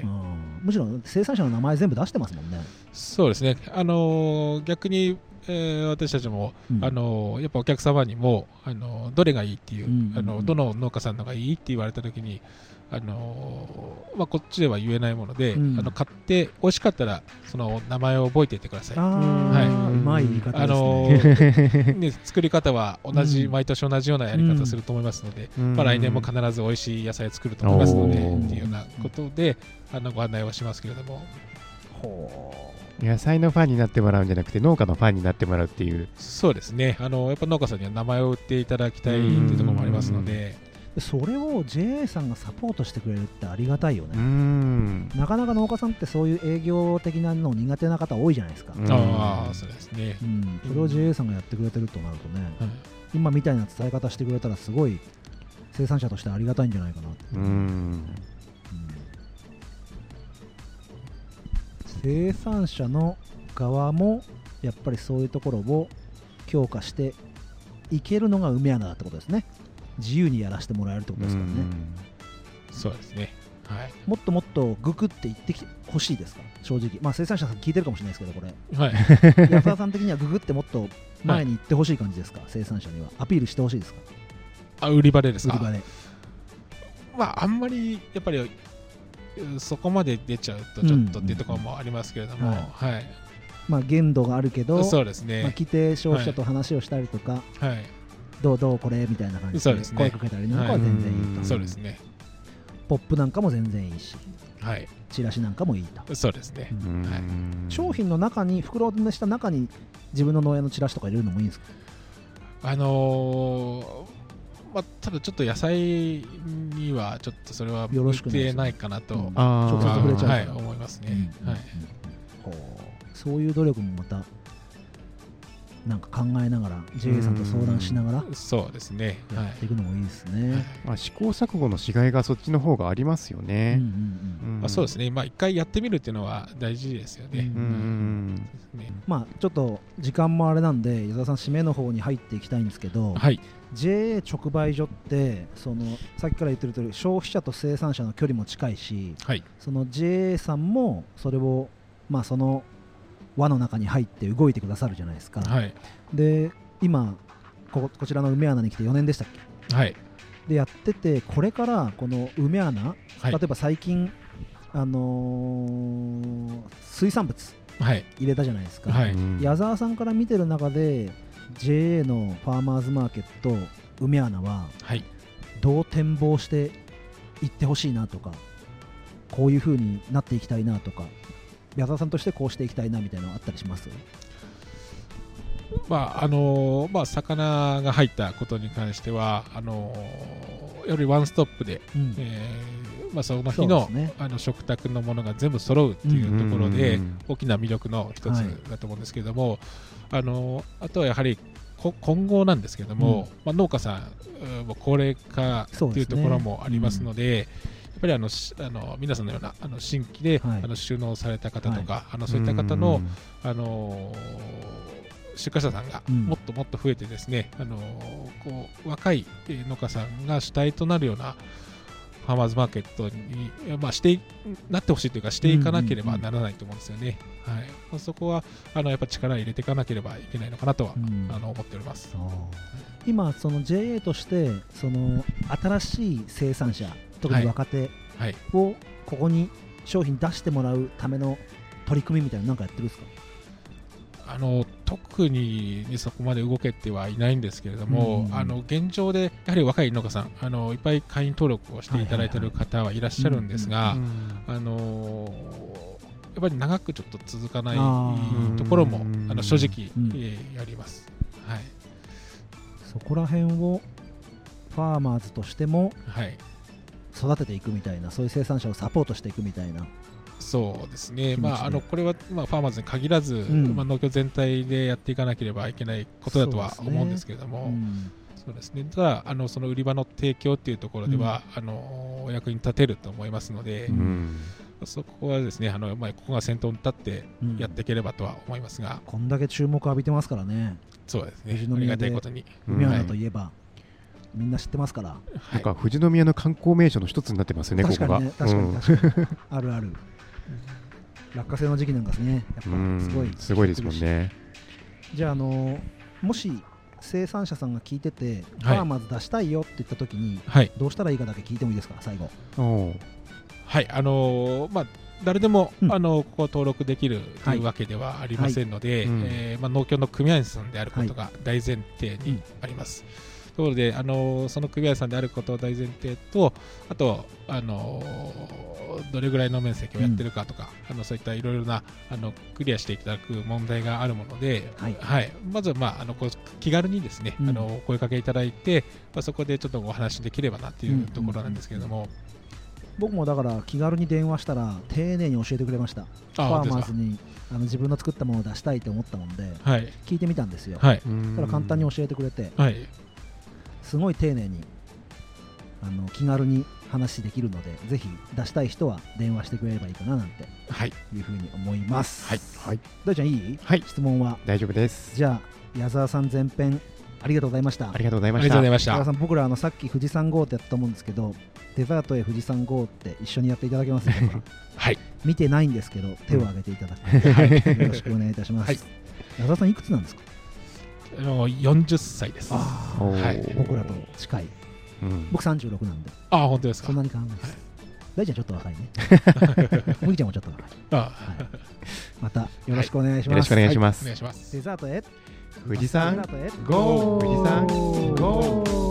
むしろ生産者の名前全部出してますもんね。 そうですね、あのー、逆に、えー、私たちも、うん、あのー、やっぱお客様にも、あのー、どれがいいっていう、うんうんうん、あのどの農家さんのがいいって言われたときに、あのーまあ、こっちでは言えないもので、うん、あの買って美味しかったらその名前を覚えていってください。 あ、はい、うまい言い方ですね。あのーね、作り方は同じ、うん、毎年同じようなやり方すると思いますので、うんまあ、来年も必ず美味しい野菜を作ると思いますので、うん、っていうようなことであのご案内をしますけれども、 ほう、野菜のファンになってもらうんじゃなくて農家のファンになってもらうっていう。 そうですね、あのやっぱ農家さんには名前を売っていただきたいっていうところもありますので、 それを ジェーエー さんがサポートしてくれるってありがたいよね。うん、なかなか農家さんってそういう営業的なの苦手な方多いじゃないですか。 ああ、そうですね、 うん、それを ジェーエー さんがやってくれてるとなるとね、うん、今みたいな伝え方してくれたらすごい生産者としてありがたいんじゃないかなって。うん、うん、生産者の側もやっぱりそういうところを強化していけるのが梅穴だってことですね。自由にやらせてもらえるってことですからね。 そうですね、はい、 もっともっとググって言ってきてほしいですか、正直。まあ生産者さん聞いてるかもしれないですけど、これ、はい、安田さん的にはググってもっと前に行ってほしい感じですか、はい、生産者にはアピールしてほしいですか。 あ、売り場でですか。 売り場で、 まあ、あんまりやっぱりそこまで出ちゃうとちょっとっていうところもありますけれども、うんうん、はいはい、 まあ、限度があるけど、 そうですね、 まあ、来て消費者と話をしたりとか、はいはい、どうどうこれみたいな感じで声かけたりなんかは全然いいと、はい、 そうですね、 ポップなんかも全然いいし、 はい、 チラシなんかもいいと。 そうですね、 はい、商品の中に袋にした中に自分の農園のチラシとか入れるのもいいんですか。 あのーまあ、ただちょっと野菜にはちょっとそれは向いてないかなと、うん、 直接触れちゃう、 はい、思いますね、うん、はい、 うん、そういう努力もまたなんか考えながら ジェーエー さんと相談しながらそうですね、 やっていくのもいいですね、はい、 まあ、試行錯誤のしがいがそっちの方がありますよね。 そうですね、まあ、一回やってみるっていうのは大事ですよね。うんうん、 ね、まあ、ちょっと時間もあれなんで矢沢さん締めの方に入っていきたいんですけど、 はい、 ジェーエー 直売所ってそのさっきから言ってる通り消費者と生産者の距離も近いし、 はい、 その ジェーエー さんもそれを、まあ、その輪の中に入って動いてくださるじゃないですか、 はい、 で今 こ, こちらの梅穴に来てよねんでしたっけ、はい、 でやっててこれからこの梅穴、はい、例えば最近、あのー、水産物入れたじゃないですか、はい、矢沢さんから見てる中で ジェーエー のファーマーズマーケット梅穴はどう展望していってほしいなとか、こういう風になっていきたいなとか、矢沢さんとしてこうしていきたいなみたいなのあったりします？ まああのーまあ、魚が入ったことに関してはあのー、よりワンストップで、うん、えーまあ、その日 の, ね、あの食卓のものが全部揃うっていうところで、うん、大きな魅力の一つだと思うんですけれども、はい、あのー、あとはやはり今後なんですけれども、うん、まあ、農家さんも高齢化というところもありますので、やっぱりあのあの皆さんのようなあの新規で、はい、あの収納された方とか、はい、あのそういった方の、あの出荷者さんがもっともっと増えてですね、うん、あのこう若い農家さんが主体となるようなファーマーズマーケットに、まあ、してなってほしいというかしていかなければならないと思うんですよね。はい、まあ、そこはあのやっぱ力を入れていかなければいけないのかなとは、うん、あの思っております。 今その ジェーエー としてその新しい生産者、特に若手をここに商品出してもらうための取り組みみたいなの何かやってるんですか？ あの特にそこまで動けてはいないんですけれども、うん、あの現状でやはり若い農家さんあのいっぱい会員登録をしていただいている方はいらっしゃるんですが、あのやっぱり長くちょっと続かないところもあの正直、うん、えー、あります、はい、 そこら辺をファーマーズとしても育てていくみたいな、そういう生産者をサポートしていくみたいな。 そうですね、まあ、あのこれは、まあ、ファーマーズに限らず、うん、まあ、農協全体でやっていかなければいけないことだとは思うんですけれども、そうですね、ただあのその売り場の提供っていうところでは、うん、あのお役に立てると思いますので、うん、そこはですね、あの、まあ、ここが先頭に立ってやっていければとは思いますが、 うん、こんだけ注目を浴びてますからね。 そうですね、ありがたいことに梅穴といえば、はい、みんな知ってますから、 なんか富士宮の観光名所の一つになってますよね、ここが。 確かにね、確かに確かに、うん、あるある。落花生の時期なんかですね、やっぱすごいすごいですもんね。 じゃあ、あのもし生産者さんが聞いてて、はい、ファーマーズ出したいよって言った時に、はい、どうしたらいいかだけ聞いてもいいですか、最後。 はい、あのー、まあ誰でも、うん、あのここ登録できるというわけではありませんので、はい、えーまあ、農協の組合員さんであることが大前提にあります。はい、ところで、あのその組合さんであることを大前提と、あと、あのどれぐらいの面積をやってるかとか、うん、あのそういったいろいろなあのクリアしていただく問題があるもので、はいはい、まずは、まあ、あのこう気軽にですね、うん、あの声かけいただいて、まあ、そこでちょっとお話できればなというところなんですけれども、うんうんうん、 僕もだから気軽に電話したら丁寧に教えてくれました。ファーマーズにあの自分の作ったものを出したいと思ったもんで、はい、聞いてみたんですよ。はい、だから簡単に教えてくれて、はい、すごい丁寧にあの気軽に話できるので、ぜひ出したい人は電話してくれればいいかななんていうふうに思います。はい、はい、大ちゃんいい？はい、質問は大丈夫です。 じゃあ矢沢さん前編ありがとうございました。 ありがとうございました。矢沢さん、僕らあのさっき富士山号ってやったと思うんですけど、デザートへ富士山号って一緒にやっていただけますでしょうか？はい、見てないんですけど手を挙げていただく、うん、はい、よろしくお願いいたします。はい、矢沢さんいくつなんですか？ あのよんじゅっさいです。あ、 はい、僕らと近い、うん、僕さんじゅうろくなんで。 あ、本当ですか？ そんなに変わらないです。大ちゃんちょっと若いね。麦ちゃんもちょっと若い。あ、はい、またよろしくお願いします。 よろしくお願いします。 お願いします。 デザートへ富士山ゴー、富士山ゴー。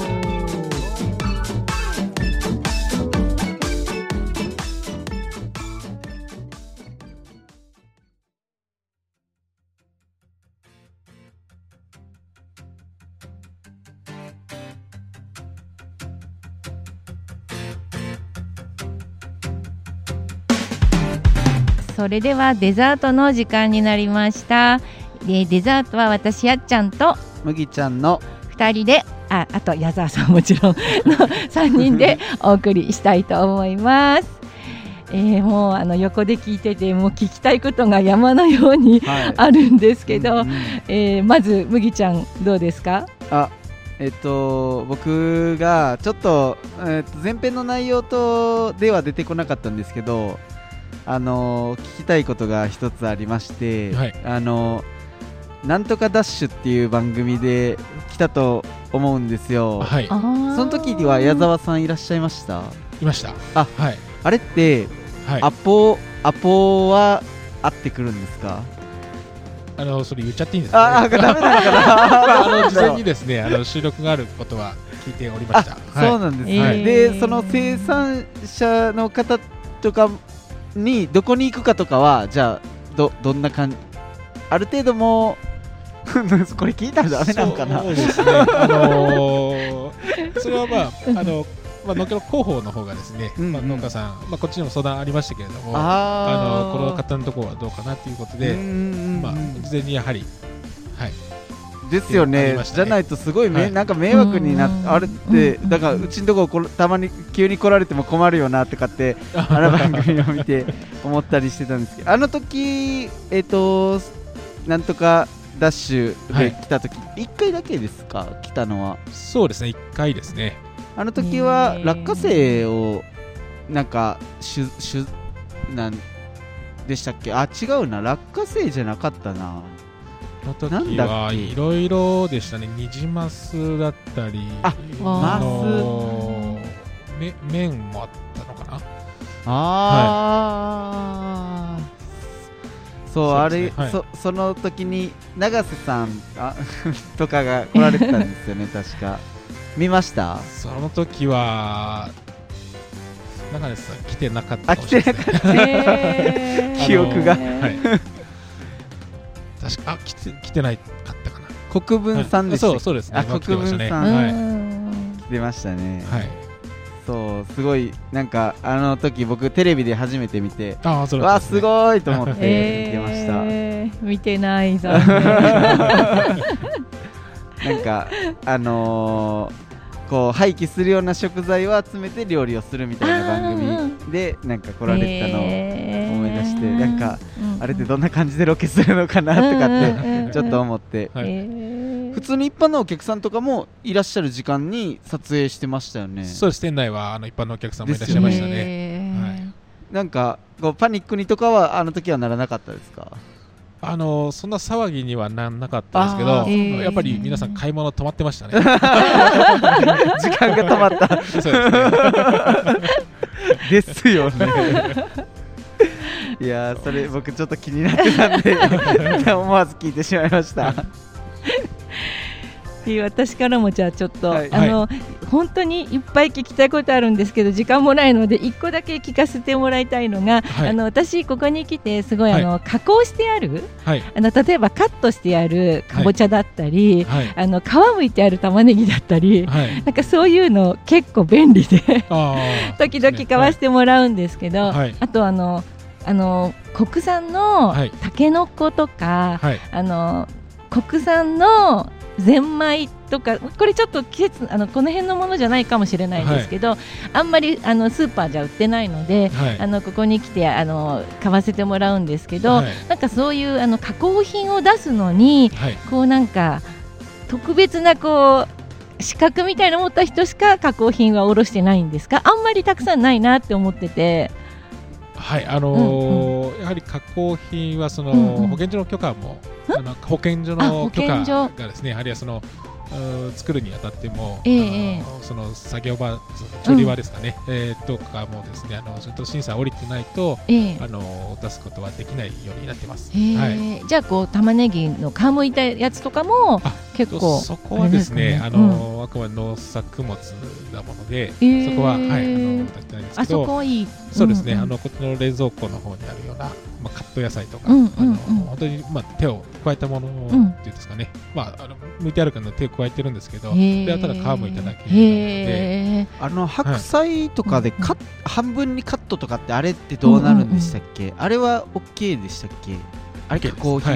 それではデザートの時間になりました。 でデザートは私やっちゃんと麦ちゃんのふたりで、あ、あと矢沢さんもちろんのさんにんでお送りしたいと思います。えー、もうあの横で聞いててもう聞きたいことが山のように、はい、あるんですけど、うんうん、えー、まず麦ちゃんどうですか？ あ、えっと僕がちょっと、えっと、前編の内容とでは出てこなかったんですけど、あの聞きたいことが一つありまして、はい、あのなんとかダッシュっていう番組で来たと思うんですよ、はい、その時には矢沢さんいらっしゃいました？ いました。 あ、はい、あれって、はい、アポアポは合ってくるんですか？ あのそれ言っちゃっていいんですか、 ね、あ、ダメなのかなまあ、あの事前にですねあの収録があることは聞いておりました。 はい、そうなんですね、はい、でその生産者の方とかにどこに行くかとかはじゃあ ど, どんな感じ、ある程度もうこれ聞いたらダメなのかな。 そうですね、あのー、それはまああのまあ、農協の広報の方がですね、うんうん、まあ、農家さん、まあ、こっちにも相談ありましたけれども、ああのこの方のところはどうかなということで、まあ、事前にやはり、はい、 ですよね、ね、じゃないとすごい、はい、なんか迷惑になってあれって、だからうちのところたまに急に来られても困るよなとかってあの番組を見て思ったりしてたんですけど、あの時えっ、ー、となんとかダッシュで来た時、はい、いっかいだけですか？来たのは。 そうですね、いっかいですね。 あの時は落花生をなんかしゅしゅなんでしたっけ？あ、違うな、落花生じゃなかったな。 の時はいろいろでしたね。ニジマスだったり、 あ、マス、め麺もあったのかな。 ああ、はい、そう、あれ、 はい、 そその時に永瀬さんあとかが来られてたんですよね確か。見ました？ その時は永瀬さん来てなかったかもしれないですね。 あ、来てなかった、えー、記憶が、はい、 確かあ来て来てないかったかな。 国分さんでした、 はい、そうそうですね。 あ、国分さん、はい、来てましたね。はい、そう、すごいなんかあの時僕テレビで初めて見て、 あ、そうですね、 わあすごいと思って見てました。 えー、見てないぞ。 なんかあのーこう廃棄するような食材を集めて料理をするみたいな番組でなんか来られてたのを思い出して、えー、なんか、うん、あれってどんな感じでロケするのかなとかってちょっと思って、はい、普通に一般のお客さんとかもいらっしゃる時間に撮影してましたよね。 そうです、店内はあの一般のお客さんもいらっしゃいましたね。えー、はい、 なんかこうパニックにとかはあの時はならなかったですか？ あのそんな騒ぎにはならなかったんですけど、えー、やっぱり皆さん買い物止まってましたね。時間が止まった。そうですね。ですよね。いやー、それ僕ちょっと気になってたんで思わず聞いてしまいました。 私からもじゃあちょっと、はい、あの、はい、本当にいっぱい聞きたいことあるんですけど時間もないのでいっこだけ聞かせてもらいたいのが、はい、あの私ここに来てすごいあの、はい、加工してある、はい、あの例えばカットしてあるかぼちゃだったり、はい、あの皮むいてある玉ねぎだったり、はい、なんかそういうの結構便利で時々買わせてもらうんですけど、はい、あとあのあの国産のたけのことか、はい、あの国産のゼンマイとかこれちょっと季節あのこの辺のものじゃないかもしれないんですけど、はい、あんまりあのスーパーじゃ売ってないので、はい、あのここに来てあの買わせてもらうんですけど、はい、なんかそういうあの加工品を出すのに、はい、こうなんか特別なこう資格みたいなの持った人しか加工品は卸してないんですか？あんまりたくさんないなって思ってて。 はい、あのーうんうん、やはり加工品はその、うんうん、保健所の許可もあの保健所の許可がですね、やはりその作るにあたっても、えー、あのその作業場、調理場ですかね、うん、えー、とかもですね、あのちょっと審査降りてないと、えー、あの出すことはできないようになってます。はい、 じゃあこう玉ねぎの皮むいたやつとかも結構そこはですね、あの、うん、あくまで農作物なもので、えー、そこははいあの出してないんですけど、 あそこはいい。 そうですね、うんうん、あのこっちの冷蔵庫の方にあるような、まあ、カット野菜とか、うんうんうん、あの本当に、まあ、手を加えたものっていうんですかね、うん、まあ、あの剥いてあるから手を加えてるんですけど、それはただ皮むいただけなので、 あの白菜とかでカッ、はい、半分にカットとかってあれってどうなるんでしたっけ？うんうんうん、あれは OK でしたっけ？あれ加工品、はい、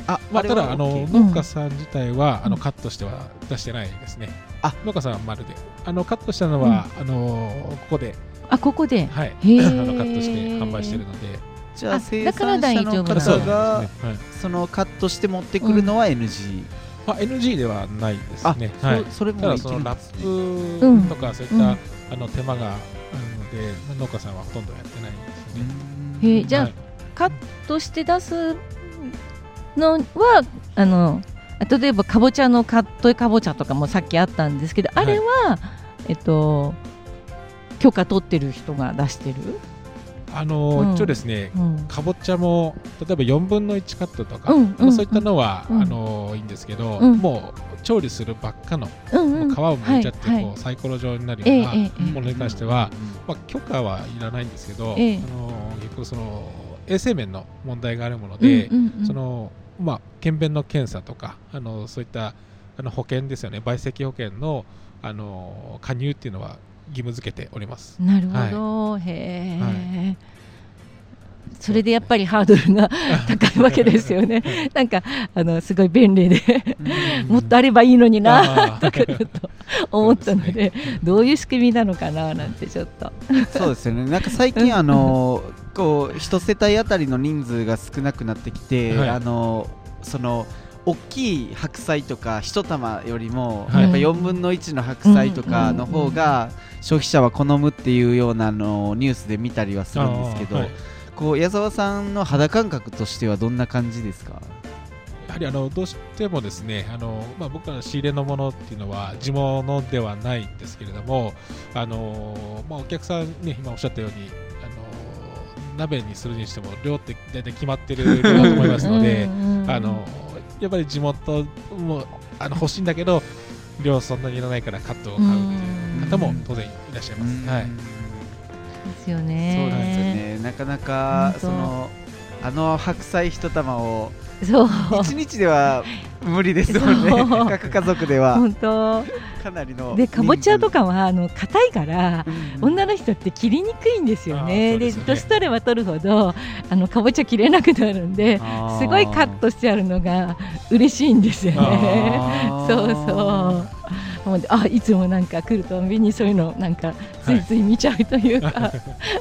あ、 まあ、ただあの農家さん自体は、うん、あのカットしては出してないですね。 あ、 農家さんは丸で、あのカットしたのは、うん、あのここで、 あ、ここで、 はい、あのカットして販売してるので、 じゃあ生産者の方が、ね、はい、そのカットして持ってくるのは エヌジー、うん、 まあ、エヌジー ではないですね。 あ、はい、そ, それもただそのラップとかそういった、うん、あの手間があるので、農家さんはほとんどやってないんですね。 へー、じゃあ、はい、カットして出すのはあの例えばかぼちゃのカットかぼちゃとかもさっきあったんですけど、はい、あれは、えっと、許可取ってる人が出してる？ あの、うん、一応ですね、うん、かぼちゃも例えばよんぶんのいちカットとか、うんうん、そういったのは、うん、あのいいんですけど、うん、もう調理するばっかの、うんうん、もう皮を剥いちゃって、はい、こうサイコロ状になるようなものに関しては、えーまあ、許可はいらないんですけど、えー、あの結構その衛生面の問題があるもので、うんうんうん、そのまあ、検便の検査とかあのそういったあの保険ですよね、賠責保険の、あの加入っていうのは義務付けております。 なるほど、はい、へー、はい、それでやっぱりハードルが高いわけですよねなんかあのすごい便利でもっとあればいいのになとかちょっと思ったの で, で、ね、どういう仕組みなのかななんてちょっとそうですよね。なんか最近あのこう一世帯あたりの人数が少なくなってきて、はい、あのその大きい白菜とか一玉よりも、はい、やっぱよんぶんのいちの白菜とかの方が消費者は好むっていうようなのをニュースで見たりはするんですけど、はい、こう矢沢さんの肌感覚としてはどんな感じですか？ やはりあのどうしてもですね、あの、まあ、僕らの仕入れのものっていうのは地物ではないんですけれども、あの、まあ、お客さんね今おっしゃったように鍋にするにしても量って大体決まってる量だと思いますのであのやっぱり地元もあの欲しいんだけど量そんなにいらないからカットを買うっていう方も当然いらっしゃいます。はい、 ですよね。 そうなんですよね。なかなかそのあの白菜一玉をそういちにちでは無理ですもんね各家族では。 本当かなりのでかぼちゃとかはあの硬いから、うん、女の人って切りにくいんですよね。で年取れば取るほどあのかぼちゃ切れなくなるんですごいカットしてあるのが嬉しいんですよね。そうそうあいつもなんか来るたびにそういうのなんかついつい見ちゃうというか、はい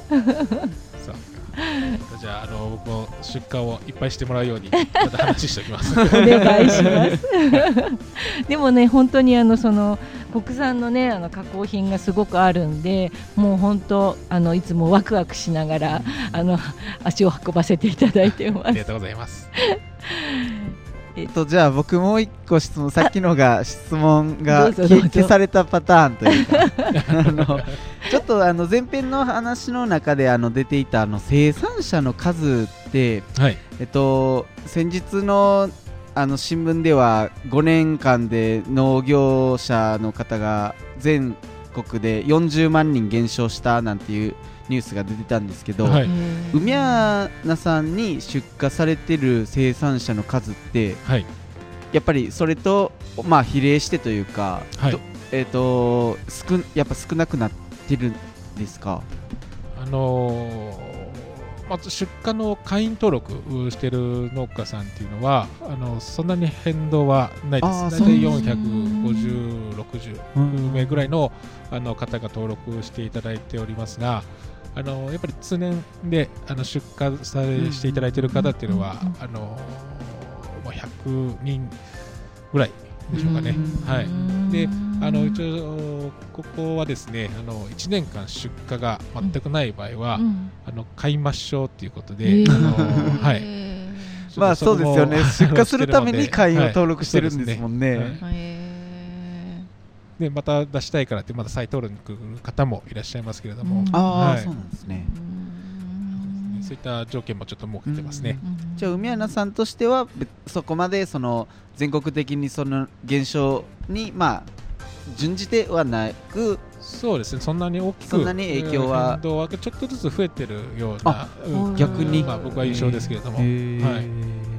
じゃあ、あの僕も出荷をいっぱいしてもらうようにまた話しておきますお願いしますでもね本当にあのその国産のねあの加工品がすごくあるんでもう本当あのいつもワクワクしながらあの足を運ばせていただいてます。 ありがとうございますえっと、じゃあ僕もう一個質問、さっきのが質問が消されたパターンというかあのちょっとあの前編の話の中であの出ていたあの生産者の数って、はい、えっと、先日のあの新聞ではごねんかんで農業者の方が全国でよんじゅうまんにん減少したなんていうニュースが出てたんですけど、はい、梅穴さんに出荷されてる生産者の数って、はい、やっぱりそれと、まあ、比例してというか、はい、えーと、少やっぱ少なくなってるんですか？ あのー、まず出荷の会員登録してる農家さんっていうのはあのそんなに変動はないです。大体よんひゃくごじゅう、ろくじゅうめいぐらい の, あの方が登録していただいておりますが、あのやっぱり通年であの出荷されしていただいている方っていうのは、あのひゃくにんぐらいでしょうかね。はい、であの一応ここはですねあのいちねんかん出荷が全くない場合は、うん、あの買いましょうということで、あのはい、 まあそうですよね出荷するために会員を登録してるんですもんね。はい、 でまた出したいからってまた再登録の方もいらっしゃいますけれども、 ああ、はい、そうなんですね。 そういった条件もちょっと設けてますね。 じゃあ梅穴さんとしてはそこまでその全国的にその減少にまあ準じてはなく、 そうですね、そんなに大きくそんなに影響は変動はちょっとずつ増えてるような、 逆に、 まあ、僕は印象ですけれども、はい、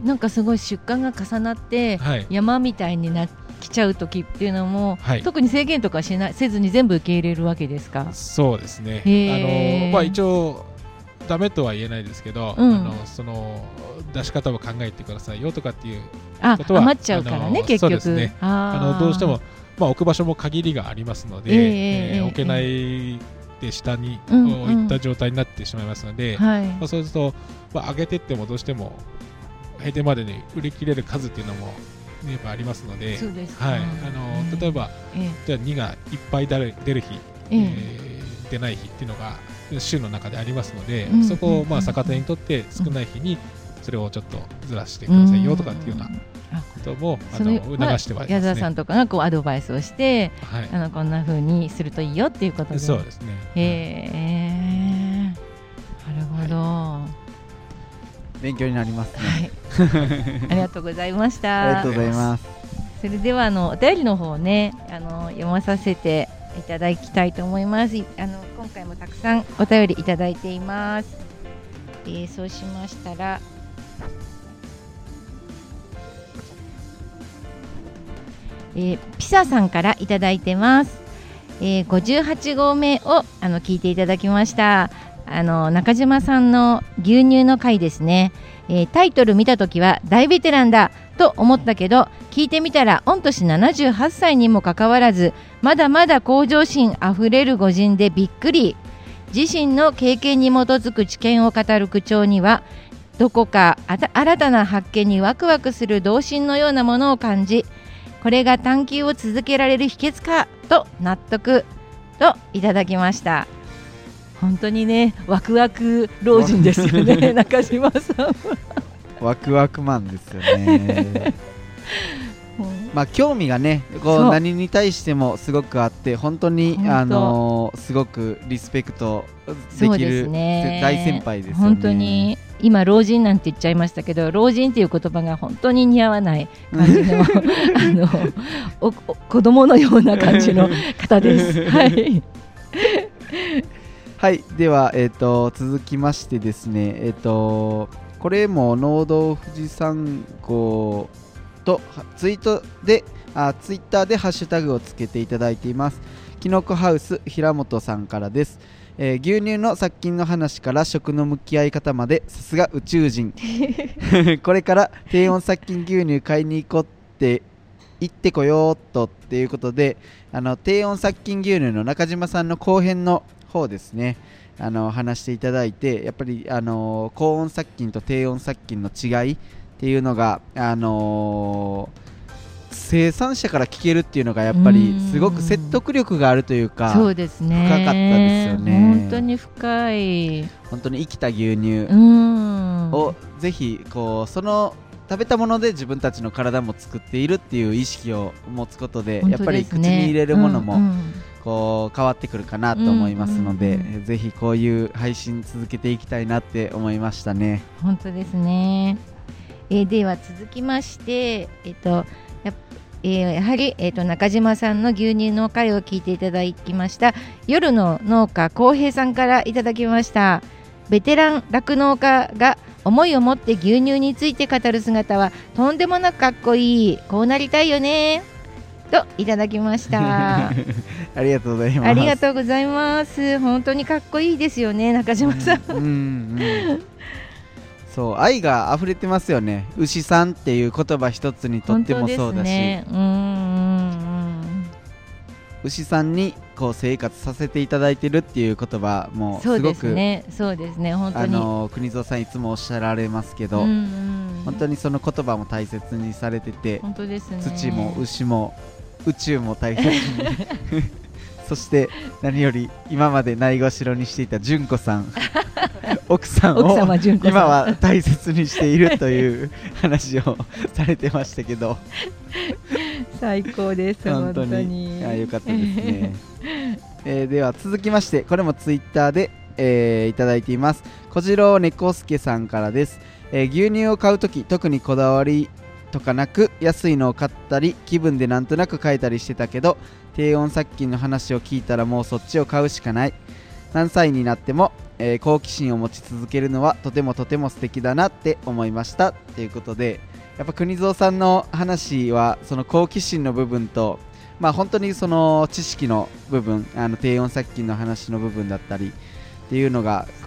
なんかすごい出荷が重なって、はい、山みたいになって来ちゃう時っていうのも、はい、特に制限とかしなせずに全部受け入れるわけですか？ そうですね、あの、まあ、一応ダメとは言えないですけど、 うん、 あのその出し方を考えてくださいよとかっていうあことは余っちゃうからね結局。 そうですね。あのどうしても、まあ、置く場所も限りがありますので、 えーえーえー、 置けないで下にうんうん置いた状態になってしまいますので、 はい、 まあ、そうすると、まあ、上げていってもどうしても閉店までに売り切れる数っていうのもやっぱありますので、 そうですはい、あの例えば、 えー、 じゃあにがいっぱい出る出る日、 えーえー、出ない日っていうのが週の中でありますので、 うん、 そこをまあ逆手にとって少ない日にそれをちょっとずらしてくださいよとかっていうようなことも、うん、あの促してはいますね。 矢沢さんとかがこうアドバイスをして、 はい、 あのこんな風にするといいよっていうことで。 そうですね。 へえ、なるほど、はい、 勉強になりますね、 はい、ありがとうございましたありがとうございます。 それではあのお便りの方をねあの読まさせていただきたいと思います。あの今回もたくさんお便りいただいています。えー、そうしましたらえー、ピサさんからいただいてます。えー、ごじゅうはちごうめをあの聞いていただきました。あの中島さんの牛乳の回ですね、えー、タイトル見たときは大ベテランだと思ったけど聞いてみたら御年ななじゅうはっさいにもかかわらずまだまだ向上心あふれる御人でびっくり。自身の経験に基づく知見を語る口調にはどこか新たな発見にワクワクする童心のようなものを感じ、これが探求を続けられる秘訣かと納得といただきました。本当にねワクワク老人ですよね中島さんワクワクマンですよねまあ興味がねこう何に対してもすごくあって本当にあのー、すごくリスペクトできる大先輩ですよね。 本当に今老人なんて言っちゃいましたけど老人っていう言葉が本当に似合わない感じのあのおお子供のような感じの方ですはいはい、では、えー、と続きましてですね、えー、とこれも農道富士山号とツイートであツイッターでハッシュタグをつけていただいています。きのこハウス平本さんからです。えー、牛乳の殺菌の話から食の向き合い方までさすが宇宙人これから低温殺菌牛乳買いに行こうって行ってこようっとっていうことで、あの低温殺菌牛乳の中島さんの後編の方ですね、あの話していただいて、やっぱりあの高温殺菌と低温殺菌の違いっていうのが、あのー、生産者から聞けるっていうのがやっぱりすごく説得力があるというか、 そうですね、 深かったですよね。 本当に深い、 本当に生きた牛乳をぜひこうその食べたもので自分たちの体も作っているっていう意識を持つことで、 ね、 やっぱり口に入れるものも、うんうんこう変わってくるかなと思いますので、うんうんうん、ぜひこういう配信続けていきたいなって思いましたね。 本当ですね。えー、では続きまして、えーとや, えー、やはり、えーと中島さんの牛乳の回を聞いていただきました夜の農家浩平さんからいただきました。ベテラン酪農家が思いを持って牛乳について語る姿はとんでもなくかっこいい、こうなりたいよねといただきましたありがとうございます。 ありがとうございます。本当にかっこいいですよね中島さん、 うんうんうん、そう愛が溢れてますよね。牛さんっていう言葉一つにとってもそうだし、ね、うんうんうん牛さんにこう生活させていただいてるっていう言葉もすごくそうですね、そうですね、本当にあの国蔵さんいつもおっしゃられますけど、うんうん、本当にその言葉も大切にされてて、 本当ですね、 土も牛も宇宙も大切にそして何より今までないがしろにしていた純子さん奥さんを今は大切にしているという話をされてましたけど最高です本当に、 本当にあよかったですね、えー、では続きましてこれもツイッターで、えー、いただいています。小次郎猫助さんからです。えー、牛乳を買うとき特にこだわりとかなく安いのを買ったり気分でなんとなく買えたりしてたけど、低温殺菌の話を聞いたらもうそっちを買うしかない。何歳になっても、えー、好奇心を持ち続けるのはとてもとても素敵だなって思いましたということで、やっぱ国蔵さんの話はその好奇心の部分と、まあ本当にその知識の部分、あの低温殺菌の話の部分だったりっていうのが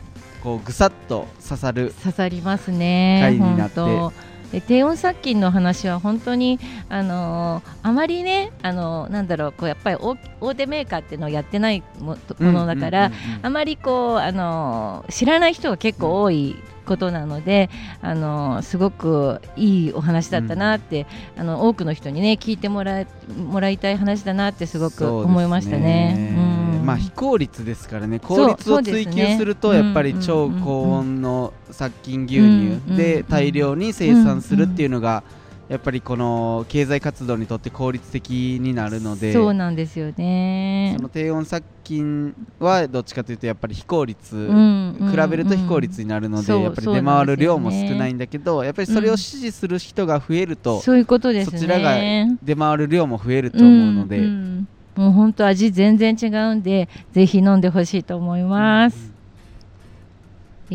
こうぐさっと刺さる刺さりますね回になって、 で低温殺菌の話は本当に、あのー、あまりね、あのー、なんだろう、こうやっぱり 大, 大手メーカーっていうのをやってないものだから、あまりこう、あのー、知らない人が結構多いことなので、あのー、すごくいいお話だったなって、うん、あの多くの人にね聞いてもらい、もらいたい話だなってすごく思いましたね。うん、 まあ、非効率ですからね、効率を追求するとやっぱり超高温の殺菌牛乳で大量に生産するっていうのがやっぱりこの経済活動にとって効率的になるので、 そうなんですよね。 その低温殺菌はどっちかというとやっぱり非効率、うん、比べると非効率になるので、うん、やっぱり出回る量も少ないんだけど、やっぱりそれを支持する人が増えると、 うん、そういうことですね。 そちらが出回る量も増えると思うので、 うんうん、もう本当味全然違うんでぜひ飲んでほしいと思います。うん、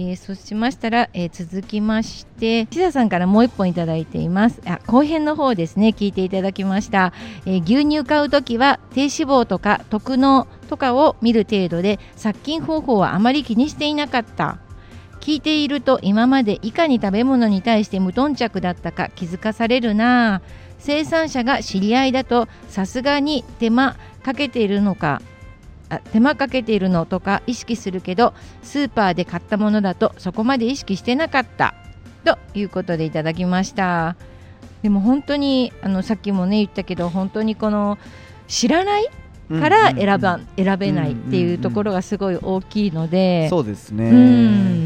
えー、そうしましたら、えー、続きまして千田さんからもう一本いただいています。あ、後編の方ですね、聞いていただきました。えー、牛乳買うときは低脂肪とか特濃とかを見る程度で殺菌方法はあまり気にしていなかった。聞いていると今までいかに食べ物に対して無頓着だったか気づかされるな。生産者が知り合いだとさすがに手間かけているのかあ手間かけているのとか意識するけど、スーパーで買ったものだとそこまで意識してなかったということでいただきました。でも本当にあのさっきもね言ったけど、本当にこの知らないから選ば、うんうん、選べないっていうところがすごい大きいので、 そうですね、 うん、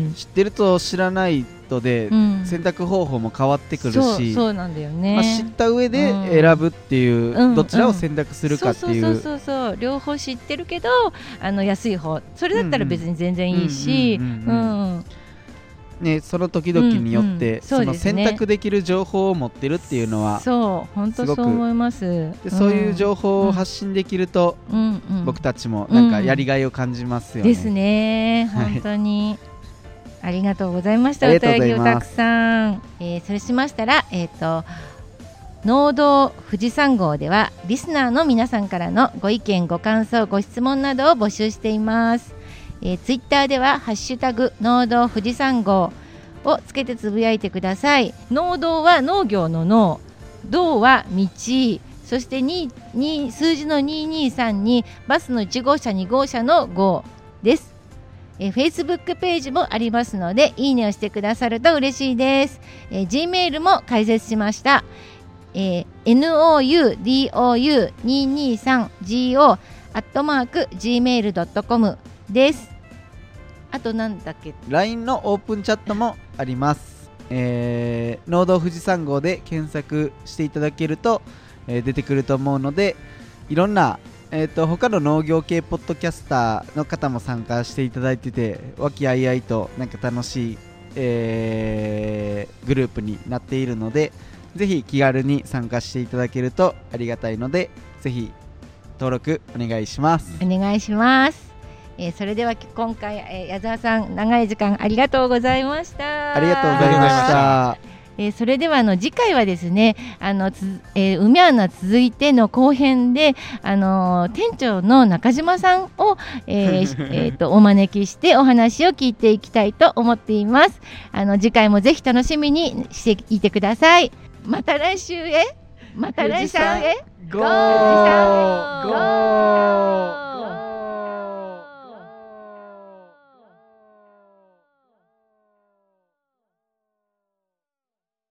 知ってると知らないとで、うん、選択方法も変わってくるし、 そう、そうなんだよね、 まあ、知った上で選ぶっていう、うん、どちらを選択するかっていう、 そうそうそうそう両方知ってるけどあの安い方それだったら別に全然いいし、 ね、その時々によって、うんうん そ, ね、その選択できる情報を持ってるっていうのはそう本当そう思います。 でそういう情報を発信できると、うんうん、僕たちもなんかやりがいを感じますよね。 ですね、本当に、はい、ありがとうございました。お便りをたくさん、えー、それしましたら、えーと農道富士山号ではリスナーの皆さんからのご意見ご感想ご質問などを募集しています。えー、ツイッターではハッシュタグ農道富士山号をつけてつぶやいてください。農道は農業の農、道は道、そしてにに数字のにひゃくにじゅうさんにバスのいち号車に号車の号です。えー、Facebook ページもありますのでいいねをしてくださると嬉しいです。えー、Gmail も開設しました。えー、ノーユードゥーオーユーにひゃくにじゅうさんゴー アットマーク ジーメールドットコム です。あとなんだっけライン のオープンチャットもあります。えー、農道富士山号で検索していただけると、えー、出てくると思うので、いろんな、えー、と他の農業系ポッドキャスターの方も参加していただいてて、和気あいあいとなんか楽しい、えー、グループになっているので、ぜひ気軽に参加していただけるとありがたいので、ぜひ登録お願いします。 お願いします。えー、それでは今回、えー、矢沢さん長い時間ありがとうございました。 ありがとうございました。 えー、それではあの次回はですね、あのつ、えー、梅穴続いての後編で、あのー、店長の中島さんを、えーえー、とお招きしてお話を聞いていきたいと思っています。あの次回もぜひ楽しみにしていてください。また来週へ、また来週へ、 ゴーゴーゴー。